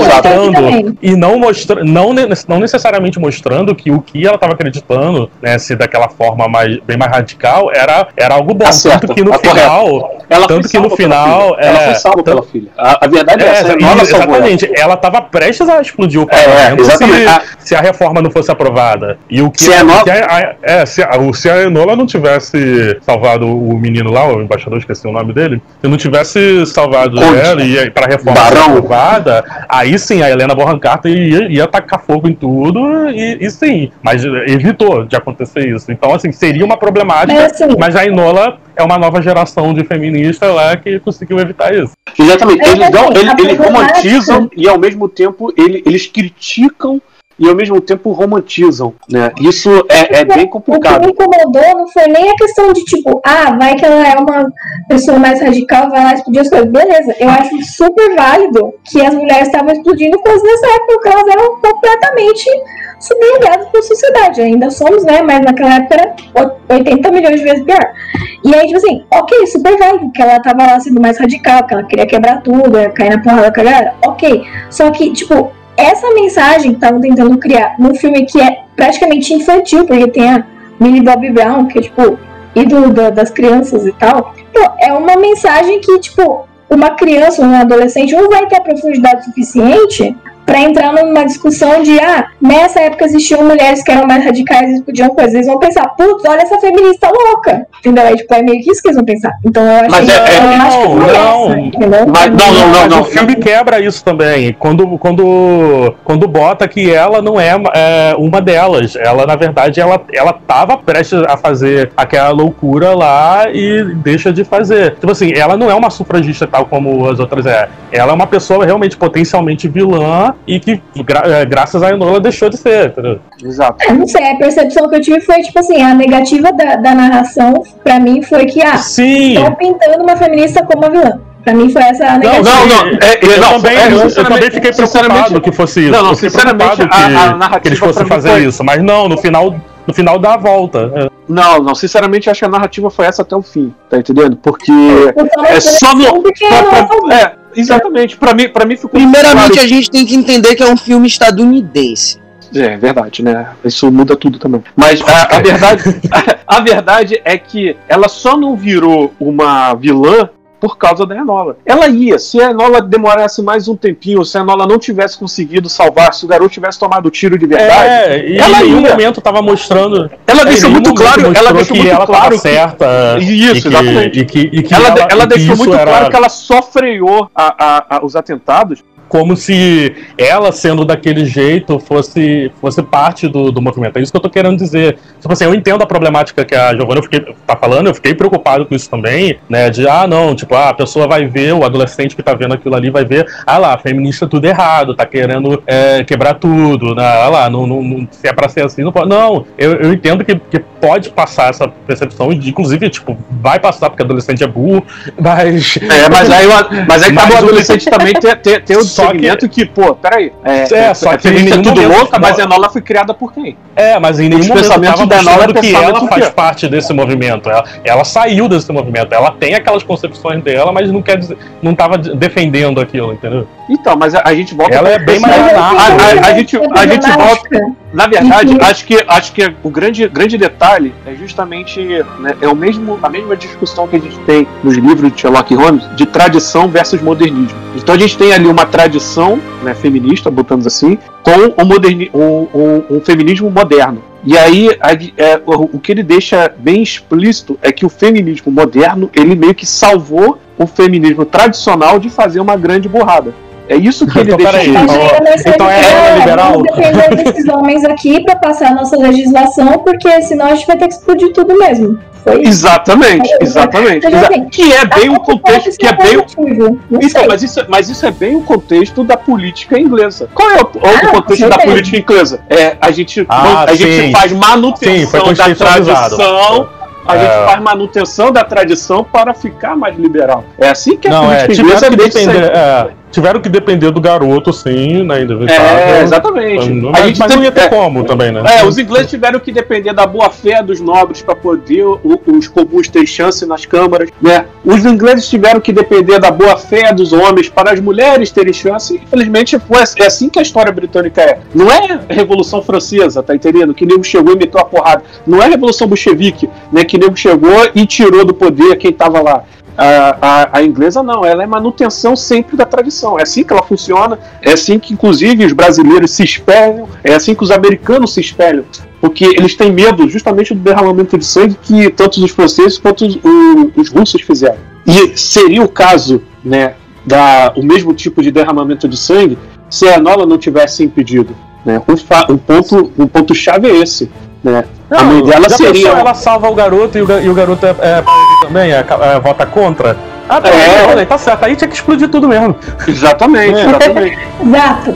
não necessariamente mostrando que o que ela estava acreditando, né, se daquela forma bem mais radical, era algo bom. Tanto que no final... Ela foi salva pela filha. A verdade é essa. Exatamente. Ela estava prestes a explodir o parlamento se a reforma não fosse aprovada. E o que se a Enola não tivesse salvado o menino lá, o embaixador, esqueci o nome dele, se não tivesse salvado ela e para a reforma ser aprovada, aí sim a Helena Bonham Carter ia tacar fogo em tudo e sim, mas evitou de acontecer isso. Então, assim, seria uma problemática, mas a Enola é uma nova geração de feministas lá que conseguiu evitar isso. Exatamente. Eles romantizam e ao mesmo tempo eles criticam e ao mesmo tempo romantizam, né? Isso é bem complicado. O que me incomodou não foi nem a questão de tipo, vai que ela é uma pessoa mais radical, vai lá explodir as coisas. Beleza, eu acho super válido que as mulheres estavam explodindo coisas nessa época, porque elas eram completamente subjugadas pela sociedade. Ainda somos, né? Mas naquela época era 80 milhões de vezes pior. E aí, tipo assim, ok, super válido, que ela tava lá sendo mais radical, que ela queria quebrar tudo, cair na porrada com a galera. Ok. Só que, tipo, essa mensagem que estavam tentando criar num filme que é praticamente infantil, porque tem a Millie Bobby Brown, que é, tipo, ídolo das crianças e tal. Então, é uma mensagem que, tipo, uma criança ou um adolescente não vai ter a profundidade suficiente pra entrar numa discussão de, nessa época existiam mulheres que eram mais radicais e podiam coisas. Eles vão pensar, putz, olha essa feminista louca. Entendeu? É, tipo, é meio que isso que eles vão pensar. Então eu acho o filme quebra isso também. Quando bota que ela não é uma delas. Ela, na verdade, ela tava prestes a fazer aquela loucura lá e deixa de fazer. Tipo assim, ela não é uma sufragista tal como as outras Ela é uma pessoa realmente potencialmente vilã e que, graças a Enola, deixou de ser, entendeu? Exato. Não sei, a percepção que eu tive foi, tipo assim, a negativa da narração, pra mim, foi que, estão pintando uma feminista como uma vilã. Pra mim foi essa a negativa. Eu também fiquei preocupado que fosse isso. Não, sinceramente, a narrativa que eles fossem fazer isso, mas não, no final dá a volta. Não, sinceramente acho que a narrativa foi essa até o fim, tá entendendo? Porque é só no... exatamente, pra mim ficou... Primeiramente claro. A gente tem que entender que é um filme estadunidense. É verdade, né? Isso muda tudo também. Mas a verdade é que ela só não virou uma vilã por causa da Enola. Ela ia, se a Enola demorasse mais um tempinho, se a Enola não tivesse conseguido salvar, se o garoto tivesse tomado o tiro de verdade, e ela em nenhum ia. momento tava mostrando. Ela deixou muito claro, ela deixou que muito ela claro tava que, certa. Isso, exatamente. Ela deixou muito claro que ela só freou os atentados. Como se ela, sendo daquele jeito, fosse parte do movimento. É isso que eu tô querendo dizer. Tipo assim, eu entendo a problemática que a Giovanna tá falando, eu fiquei preocupado com isso também, né? De, não, tipo, a pessoa vai ver, o adolescente que tá vendo aquilo ali vai ver, lá, feminista tudo errado, tá querendo quebrar tudo, né? Lá, não, se é pra ser assim, não pode. Não, eu entendo que pode passar essa percepção, e inclusive, tipo, vai passar, porque adolescente é burro, mas... Mas aí cabe o adolescente também ter o segmento que, pô, peraí, só que feminista é tudo momento, louca, mas a Enola foi criada por quem? Mas em nenhum momento pensamento da Enola que ela faz parte desse movimento. Ela saiu desse movimento. Ela tem aquelas concepções dela, mas não quer dizer, não estava defendendo aquilo, entendeu? Então, mas a gente volta. Ela é bem mais a gente volta. Na verdade, acho que o grande detalhe é justamente, né, a mesma discussão que a gente tem nos livros de Sherlock Holmes de tradição versus modernismo. Então a gente tem ali uma tradição, né, feminista, botando assim, com um feminismo moderno. E aí o que ele deixa bem explícito é que o feminismo moderno, ele meio que salvou o feminismo tradicional de fazer uma grande burrada. É isso que ele deixa. Então é liberal. Vamos depender desses homens aqui para passar a nossa legislação, porque senão a gente vai ter que explodir tudo mesmo. Foi exatamente. Que é bem o contexto, que é bem então, mas isso é bem o contexto da política inglesa. Qual é o contexto da política inglesa? A gente faz manutenção da tradição. A gente faz manutenção da tradição para ficar mais liberal. É assim que a política inglesa tiveram que depender do garoto, sim, né? Exatamente. Mas não ia ter como também, né? Os ingleses tiveram que depender da boa-fé dos nobres para poder os comuns terem chance nas câmaras, né? Os ingleses tiveram que depender da boa-fé dos homens para as mulheres terem chance. Infelizmente, é assim que a história britânica é. Não é a Revolução Francesa, tá entendendo? Que nego chegou e meteu a porrada. Não é a Revolução Bolchevique, né? Que nego chegou e tirou do poder quem estava lá. A inglesa não, ela é manutenção sempre da tradição. É assim que ela funciona, é assim que inclusive os brasileiros se espelham, é assim que os americanos se espelham, porque eles têm medo justamente do derramamento de sangue que tanto os franceses quanto os russos fizeram. E seria o caso, né, o mesmo tipo de derramamento de sangue se a Enola não tivesse impedido, né? Um ponto chave é esse, né? A mãe dela seria. Ela salva o garoto e o garoto também vota contra. Tá certo. Aí tinha que explodir tudo mesmo. Exatamente. Exato.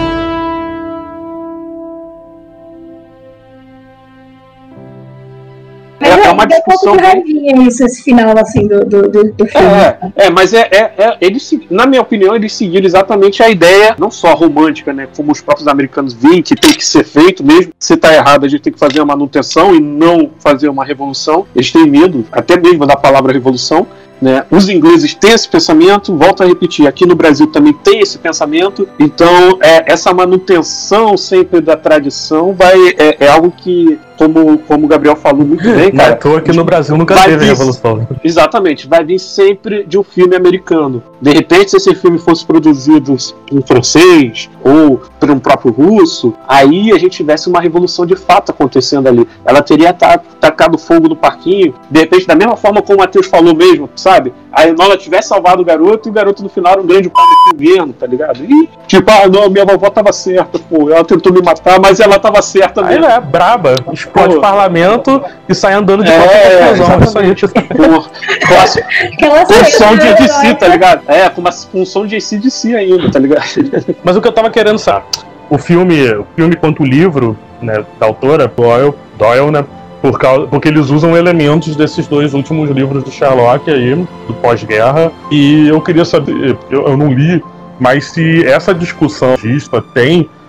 É uma discussão. Esse final assim do filme. Mas eles, na minha opinião, eles seguiram exatamente a ideia, não só romântica, né? Como os próprios americanos veem que tem que ser feito mesmo. Se tá errado, a gente tem que fazer uma manutenção e não fazer uma revolução. Eles têm medo, até mesmo da palavra revolução. Né? Os ingleses têm esse pensamento, volto a repetir, aqui no Brasil também tem esse pensamento, então essa manutenção sempre da tradição é algo que, como o Gabriel falou muito bem, cara, não é à toa que no Brasil nunca teve revolução. Exatamente, vai vir sempre de um filme americano. De repente, se esse filme fosse produzido em francês ou por um próprio russo, aí a gente tivesse uma revolução de fato acontecendo ali. Ela teria tacado fogo no parquinho, de repente, da mesma forma como o Matheus falou mesmo, sabe? A Enola tivesse salvado o garoto e o garoto no final era um grande pai do governo, tá ligado? E tipo, não, minha vovó tava certa, pô, ela tentou me matar, mas ela tava certa mesmo. Aí braba, explode o parlamento e sai andando de qualquer confusão. Isso aí. Com som de DC, tá ligado? Com som de AC/DC ainda, tá ligado? Mas o que eu tava querendo saber, o filme quanto o livro, né, da autora, Doyle, né? Porque eles usam elementos desses dois últimos livros do Sherlock aí, do pós-guerra, e eu queria saber, eu não li, mas se essa discussão tem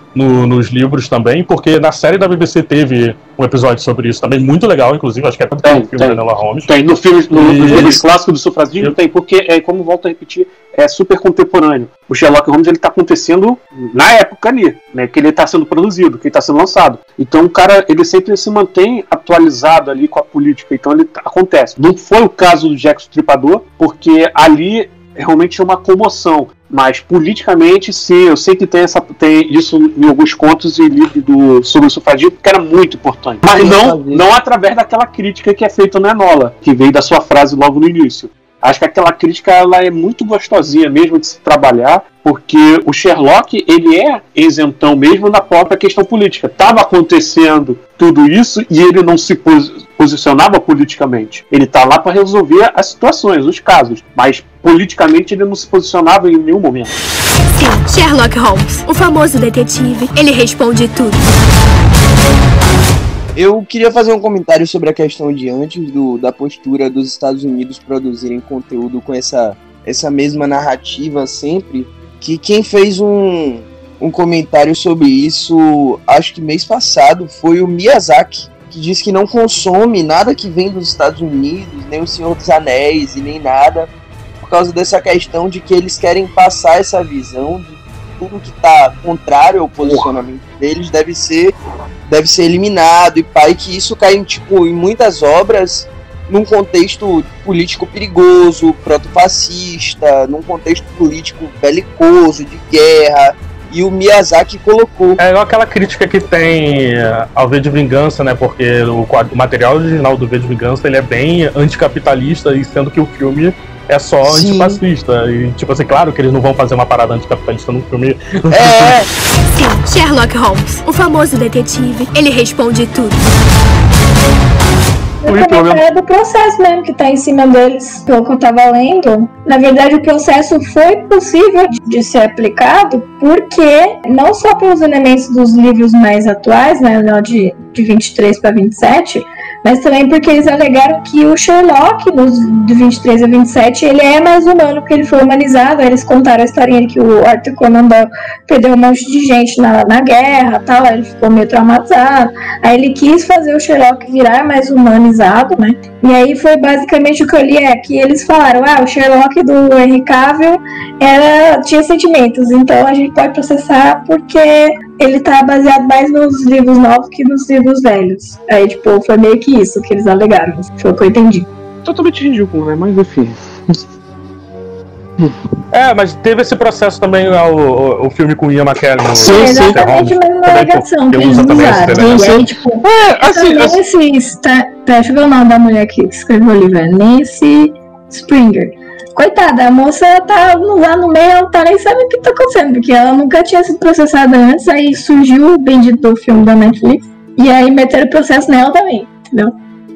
nos livros também, porque na série da BBC teve um episódio sobre isso também, muito legal, inclusive, acho que é tanto que no filme da Enola Holmes. Tem, nos livros clássicos do sufragismo tem, porque, como volto a repetir, é super contemporâneo. O Sherlock Holmes, ele tá acontecendo na época ali, né, que ele tá sendo produzido, que ele tá sendo lançado. Então o cara, ele sempre se mantém atualizado ali com a política, então ele acontece. Não foi o caso do Jack o Stripador, porque ali realmente é uma comoção. Mas politicamente, sim, eu sei que tem isso em alguns contos e livros sobre o sufragismo, que era muito importante. Mas não através daquela crítica que é feita na Enola, que veio da sua frase logo no início. Acho que aquela crítica ela é muito gostosinha mesmo de se trabalhar, porque o Sherlock ele é isentão mesmo na própria questão política. Estava acontecendo tudo isso e ele não se posicionava politicamente. Ele está lá para resolver as situações, os casos, mas politicamente ele não se posicionava em nenhum momento. Sim, Sherlock Holmes, o famoso detetive. Ele responde tudo. Eu queria fazer um comentário sobre a questão de antes da postura dos Estados Unidos produzirem conteúdo com essa mesma narrativa sempre, que quem fez um comentário sobre isso, acho que mês passado, foi o Miyazaki, que diz que não consome nada que vem dos Estados Unidos, nem o Senhor dos Anéis e nem nada, por causa dessa questão de que eles querem passar essa visão de tudo que está contrário ao posicionamento deles deve ser eliminado e que isso cai em muitas obras num contexto político perigoso, protofascista, num contexto político belicoso, de guerra, e o Miyazaki colocou. É igual aquela crítica que tem ao V de Vingança, né, porque o material original do V de Vingança ele é bem anticapitalista, e sendo que o filme é só antifascista. E, tipo assim, claro que eles não vão fazer uma parada anticapitalista num filme. Sim, Sherlock Holmes, o famoso detetive. Ele responde tudo. É do processo mesmo que tá em cima deles, pelo que eu tava lendo. Na verdade, o processo foi possível de ser aplicado porque, não só pelos elementos dos livros mais atuais, né, de 23 para 27, mas também porque eles alegaram que o Sherlock, de 23 a 27, ele é mais humano, porque ele foi humanizado. Aí eles contaram a historinha que o Arthur Conan Doyle perdeu um monte de gente na guerra, tal, aí ele ficou meio traumatizado. Aí ele quis fazer o Sherlock virar mais humanizado, né? E aí foi basicamente o que eu li, que eles falaram, o Sherlock do Henry Cavill tinha sentimentos, então a gente pode processar porque ele tá baseado mais nos livros novos que nos livros velhos. Aí, tipo, foi meio que isso que eles alegaram. Foi o que eu entendi. Totalmente ridículo, né? Mas enfim. Mas teve esse processo também, o filme com Ian McKellen. Sim, exatamente a mesma alegação que eles usaram. E aí, tipo, deixa eu ver o nome da mulher que escreveu o livro, Nancy Springer. Coitada, a moça tá lá no meio, ela tá nem sabendo o que tá acontecendo, porque ela nunca tinha sido processada antes, aí surgiu o bendito do filme da Netflix, e aí meteram o processo nela também, entendeu?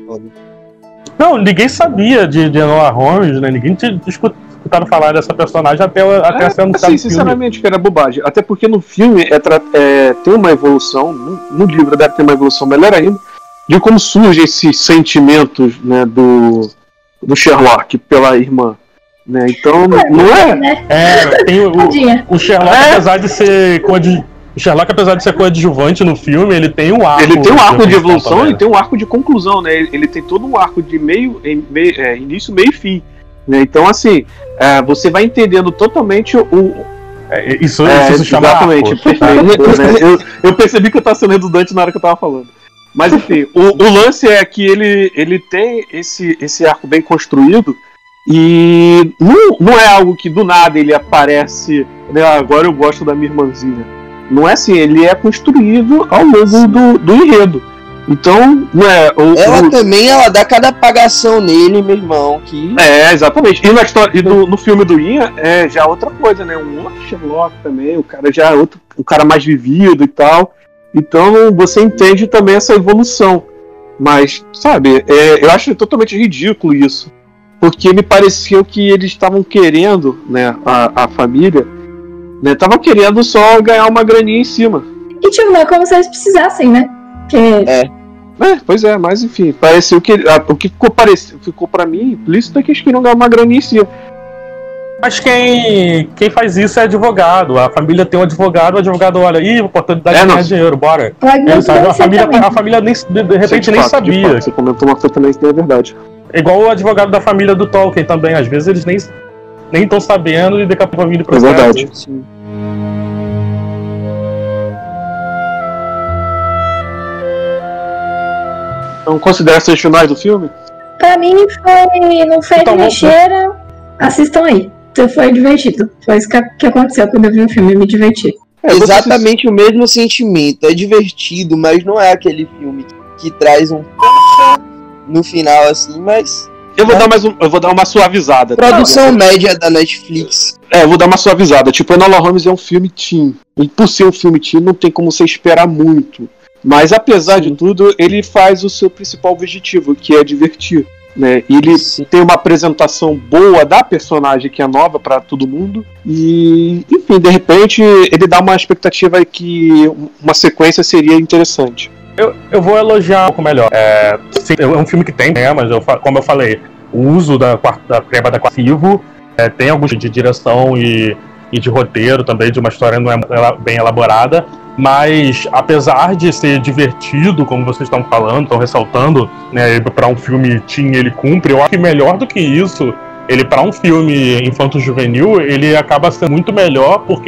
Não, ninguém sabia de Enola Holmes, né? Ninguém tinha escutado falar dessa personagem até ser anunciado no sinceramente, que era bobagem. Até porque no filme tem uma evolução, no livro deve ter uma evolução melhor ainda, de como surgem esses sentimentos, né, do Sherlock pela irmã. Né? Então, não é? Tem o Sherlock, apesar de ser o Sherlock, apesar de ser coadjuvante no filme, ele tem um arco. Ele tem um arco de evolução e tem um arco de conclusão, né? Ele tem todo um arco de início, meio e fim. Né? Então, assim, você vai entendendo totalmente isso se chama exatamente, arco. Perfeito. Né? Eu percebi que eu estava sendo redundante na hora que eu estava falando. Mas, enfim, o lance é que ele tem esse arco bem construído. E não é algo que do nada ele aparece, né, agora eu gosto da minha irmãzinha. Não é assim, ele é construído ao longo do enredo. Então, não é. Também dá cada apagação nele, meu irmão. Exatamente. E na história, no filme do Ian, já é outra coisa, né? Um outro Sherlock também, o cara já é um cara mais vivido e tal. Então você entende também essa evolução. Mas, sabe, eu acho totalmente ridículo isso. Porque me pareceu que eles estavam querendo, né, a família, né, tava querendo só ganhar uma graninha em cima. E tipo, não é como se eles precisassem, né? Pois é, mas enfim, pareceu que o que ficou pra mim implícito é que eles queriam ganhar uma graninha em cima. Mas quem faz isso é advogado. A família tem um advogado, o advogado olha, oportunidade de ganhar dinheiro, bora. A família nem, de repente nem sabia. Você comentou uma coisa também que é verdade. É igual o advogado da família do Tolkien também. Às vezes eles nem estão sabendo e daqui a pouco a família processa. É verdade. Sim. Então, considerações finais do filme? Pra mim não foi Então, de mexeira. Assistam aí. Foi divertido. Foi isso que aconteceu quando eu vi o filme, me diverti. Exatamente o mesmo sentimento. É divertido, mas não é aquele filme que traz um no final assim, mas eu vou dar uma suavizada. Produção média da Netflix. Eu vou dar uma suavizada. Tipo, Enola Holmes é um filme teen. E por ser um filme teen, não tem como você esperar muito. Mas apesar de tudo, ele faz o seu principal objetivo, que é divertir. Né? E ele tem uma apresentação boa da personagem que é nova para todo mundo. E, enfim, de repente, ele dá uma expectativa que uma sequência seria interessante. Eu vou elogiar um pouco melhor. É um filme que tem temas, como eu falei, o uso da crema da Quartivo, tem alguns de direção e de roteiro também, de uma história não é bem elaborada, mas apesar de ser divertido, como vocês estão falando, estão ressaltando, né, para um filme teen ele cumpre. Eu acho que melhor do que isso, ele para um filme infanto-juvenil, ele acaba sendo muito melhor porque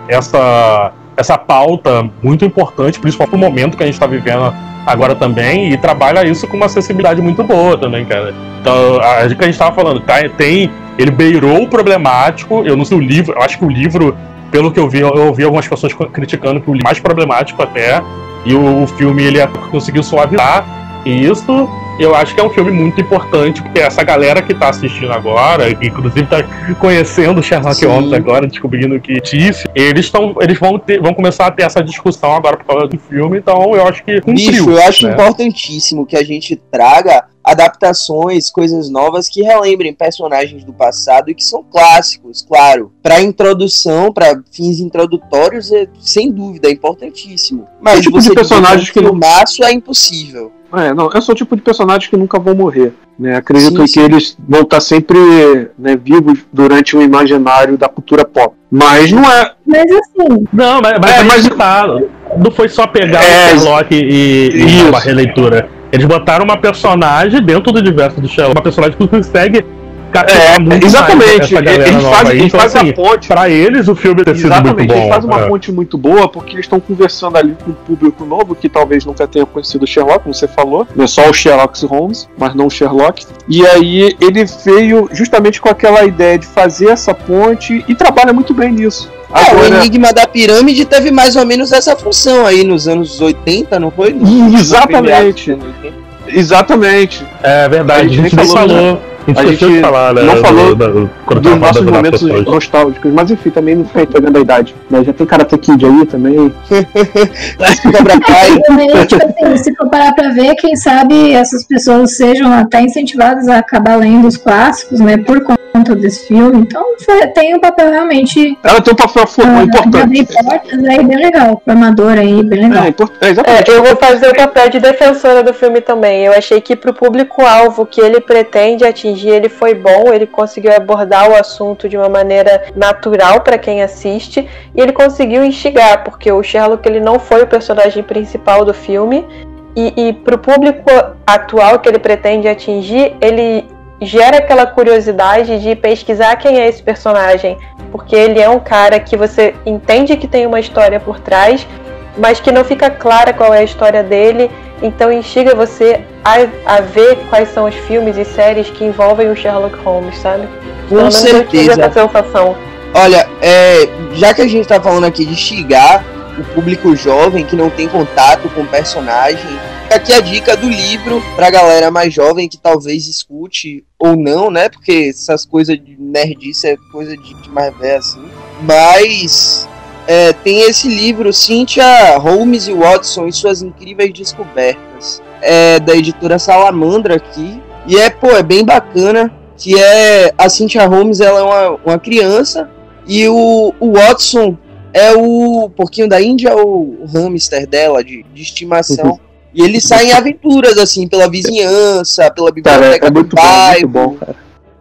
essa pauta muito importante, principalmente pro momento que a gente está vivendo agora também, e trabalha isso com uma acessibilidade muito boa também, cara. Então, a gente estava falando, ele beirou o problemático. Eu não sei o livro, eu acho que o livro, pelo que eu ouvi algumas pessoas criticando que o livro é mais problemático até, e o filme ele conseguiu suavizar isso. Eu acho que é um filme muito importante, porque essa galera que tá assistindo agora, que inclusive tá conhecendo o Sherlock Holmes agora, descobrindo que eles vão começar a ter essa discussão agora por causa do filme, então eu acho que cumpriu. Bicho, eu acho importantíssimo que a gente traga adaptações, coisas novas que relembrem personagens do passado e que são clássicos, claro. Para introdução, para fins introdutórios, sem dúvida, é importantíssimo. Mas tipo de personagens que no maço é impossível. Não, eu sou o tipo de personagem que nunca vão morrer, né? Acredito que eles vão estar sempre, né, vivos durante o imaginário da cultura pop. Mas não é... Mas assim... Não, mas não foi só pegar o Sherlock e uma releitura. Eles botaram uma personagem dentro do universo do Sherlock, uma personagem que consegue muito exatamente. Eles fazem a ponte. Pra eles o filme ter sido muito bom. Eles fazem uma ponte muito boa porque eles estão conversando ali com um público novo que talvez nunca tenha conhecido o Sherlock, como você falou. Não é só o Sherlock Holmes, mas não o Sherlock. E aí ele veio justamente com aquela ideia de fazer essa ponte e trabalha muito bem nisso. Agora, o Enigma da Pirâmide teve mais ou menos essa função aí nos anos 80, não foi? Exatamente. Exatamente. É verdade, a gente nem falou. A gente não falou dos nossos momentos nostálgicos, mas enfim, também não foi entregando a idade. Mas já tem Karate Kid aí também. Cobra Kai. Tipo assim, se for parar pra ver, quem sabe essas pessoas sejam até incentivadas a acabar lendo os clássicos, né, por conta desse filme. Então tem um papel realmente... Ela tem um papel importante. Portas aí bem legal, pro amador aí, bem legal. Exatamente. Eu vou fazer o papel de defensora do filme também. Eu achei que pro público-alvo que ele pretende atingir, ele foi bom, ele conseguiu abordar o assunto de uma maneira natural para quem assiste, e ele conseguiu instigar, porque o Sherlock ele não foi o personagem principal do filme, e pro público atual que ele pretende atingir, ele gera aquela curiosidade de pesquisar quem é esse personagem, porque ele é um cara que você entende que tem uma história por trás, mas que não fica clara qual é a história dele, então instiga você a ver quais são os filmes e séries que envolvem o Sherlock Holmes, sabe? Com certeza. Essa sensação. Olha, já que a gente tá falando aqui de instigar o público jovem que não tem contato com o personagem, aqui a dica do livro pra galera mais jovem que talvez escute ou não, né? Porque essas coisas de nerdice é coisa de mais velho assim. Mas... tem esse livro, Cynthia Holmes e Watson e suas incríveis descobertas, da editora Salamandra aqui, e é bem bacana, que a Cynthia Holmes, ela é uma criança, e o Watson é o porquinho da Índia, o hamster dela, de estimação, e eles saem em aventuras, assim, pela vizinhança, pela biblioteca do bairro. Muito bom, cara.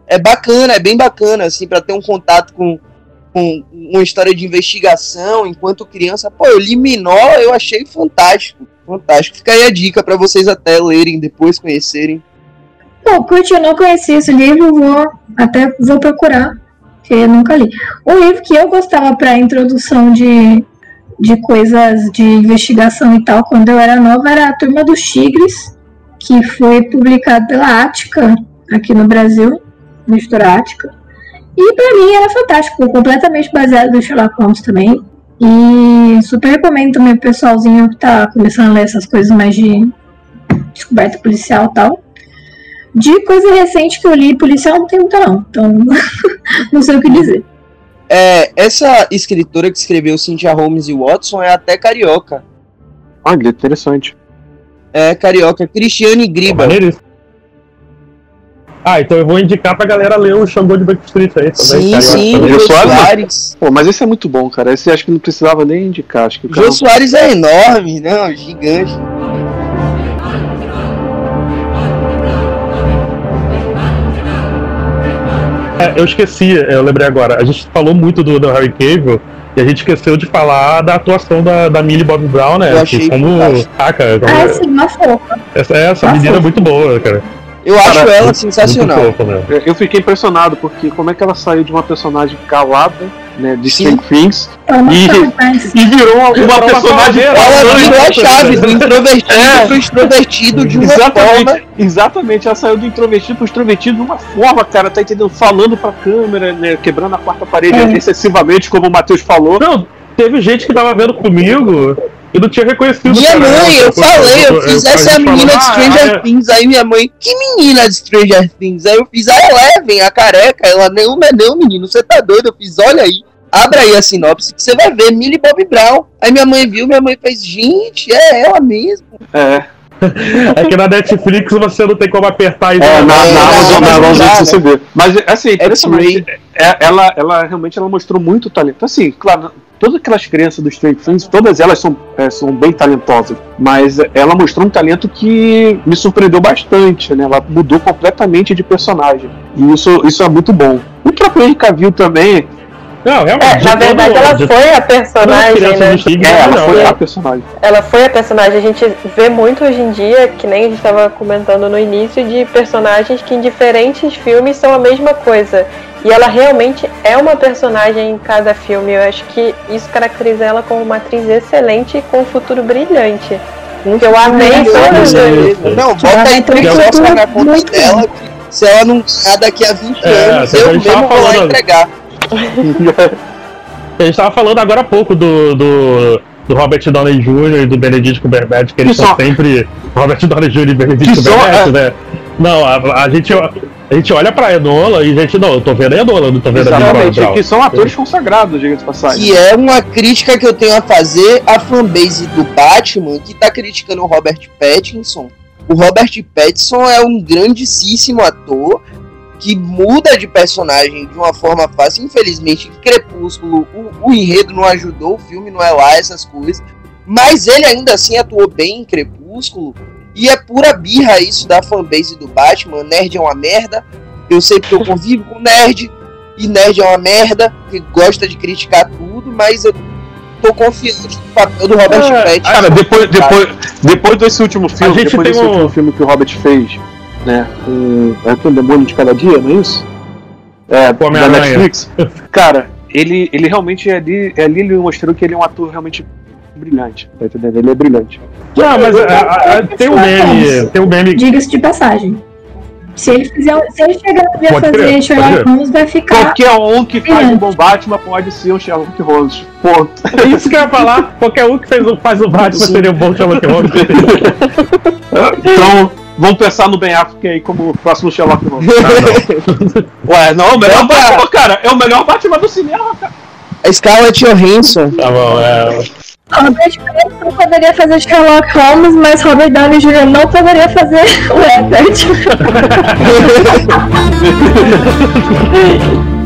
é bacana, é bem bacana, assim, pra ter um contato com uma história de investigação enquanto criança. Pô, eu li Menor, eu achei fantástico. Fica aí a dica pra vocês até lerem, depois conhecerem. Pô, Kurt, eu não conheci esse livro, vou procurar, porque eu nunca li. Um livro que eu gostava pra introdução de coisas de investigação e tal, quando eu era nova, era A Turma dos Tigres, que foi publicado pela Ática, aqui no Brasil, na editora Ática. E pra mim era fantástico, completamente baseado no Sherlock Holmes também. E super recomendo também pro pessoalzinho que tá começando a ler essas coisas mais de descoberta policial e tal. De coisa recente que eu li, policial não tem muita não, então não sei o que dizer. Essa escritora que escreveu Cynthia Holmes e Watson é até carioca. Olha, interessante. É carioca, Cristiane Gribel. Então eu vou indicar pra galera ler o Xangô de Backstreet aí também. Sim, Jô Soares. Pô, mas esse é muito bom, cara. Esse acho que não precisava nem indicar. Acho que o Jô Soares é enorme, não, gigante. Eu esqueci, eu lembrei agora. A gente falou muito do Harry Cavill e a gente esqueceu de falar da atuação da Millie Bobby Brown, né? Eu achei sim, uma fofa. Essa menina é muito boa, cara. Eu acho ela sensacional. Eu fiquei impressionado porque como é que ela saiu de uma personagem calada, né, de Stranger Things e virou uma personagem. Ela virou a chave do introvertido pro extrovertido de uma forma. Exatamente, ela saiu do introvertido pro extrovertido de uma forma, cara, tá entendendo? Falando pra câmera, né, quebrando a quarta parede excessivamente, como o Matheus falou. Não, teve gente que tava vendo comigo e não tinha reconhecido. Minha mãe, eu fiz essa menina de Stranger Things, aí minha mãe, que menina de Stranger Things? Aí eu fiz a Eleven, a careca, ela, não, menino, você tá doido? Eu fiz, olha aí, abra aí a sinopse que você vai ver, Millie Bobby Brown. Aí minha mãe viu, minha mãe fez, gente, é ela mesmo. É que na Netflix você não tem como apertar isso. Na Amazon você vê. Mas, assim, impressionante. Ela realmente mostrou muito talento. Assim, claro, todas aquelas crianças do Stranger Things, todas elas são bem talentosas. Mas ela mostrou um talento que me surpreendeu bastante, né? Ela mudou completamente de personagem. E isso é muito bom. O próprio Henry Cavill também. Não, realmente. Na verdade, ela foi a personagem, né? Ela foi a personagem. Ela foi a personagem. A gente vê muito hoje em dia, que nem a gente estava comentando no início, de personagens que em diferentes filmes são a mesma coisa. E ela realmente é uma personagem em cada filme. Eu acho que isso caracteriza ela como uma atriz excelente e com um futuro brilhante. Eu amei todas as... Não, bota aí Oscar na conta dela, que se ela não ganhar daqui a 20 anos, eu mesmo vou lá entregar. A gente tava falando agora há pouco do Robert Downey Jr. e do Benedict Cumberbatch, que eles são sempre Robert Downey Jr. e Benedict Cumberbatch, né? Não, a gente olha pra Enola e a gente, não, eu tô vendo a Enola, não tô vendo a Millie Bobby Brown. Que são atores consagrados, diga de passagem. Que é uma crítica que eu tenho a fazer à fanbase do Batman, que tá criticando o Robert Pattinson. O Robert Pattinson é um grandíssimo ator que muda de personagem de uma forma fácil. Infelizmente, em Crepúsculo, o enredo não ajudou, o filme não é lá, essas coisas. Mas ele ainda assim atuou bem em Crepúsculo. E é pura birra isso da fanbase do Batman. Nerd é uma merda. Eu sei porque eu convivo com nerd. E nerd é uma merda, que gosta de criticar tudo. Mas eu tô confiante no papel do Robert Pattinson. Cara, depois desse último filme, último filme que o Robert fez, né? O Demônio de Cada Dia, não é isso? Da Netflix. Cara, ele realmente ali ele mostrou que ele é um ator realmente brilhante, tá entendendo? Ele é brilhante. Não, mas tem um meme. Diga-se de passagem. Se ele chegar a fazer Sherlock Holmes, vai ficar. Qualquer um que faz um bom Batman pode ser um Sherlock Holmes. Ponto. É isso que eu ia falar. Qualquer um que faz o Batman seria um bom Sherlock Holmes. Então, vamos pensar no Ben Affleck aí como o próximo Sherlock Holmes. Ué, não, o melhor Batman, cara. É o melhor Batman do cinema, cara. A Scarlett Johansson. Tá bom, Robert Pattinson poderia fazer Sherlock Holmes, mas Robert Downey Jr. não poderia fazer o Edward.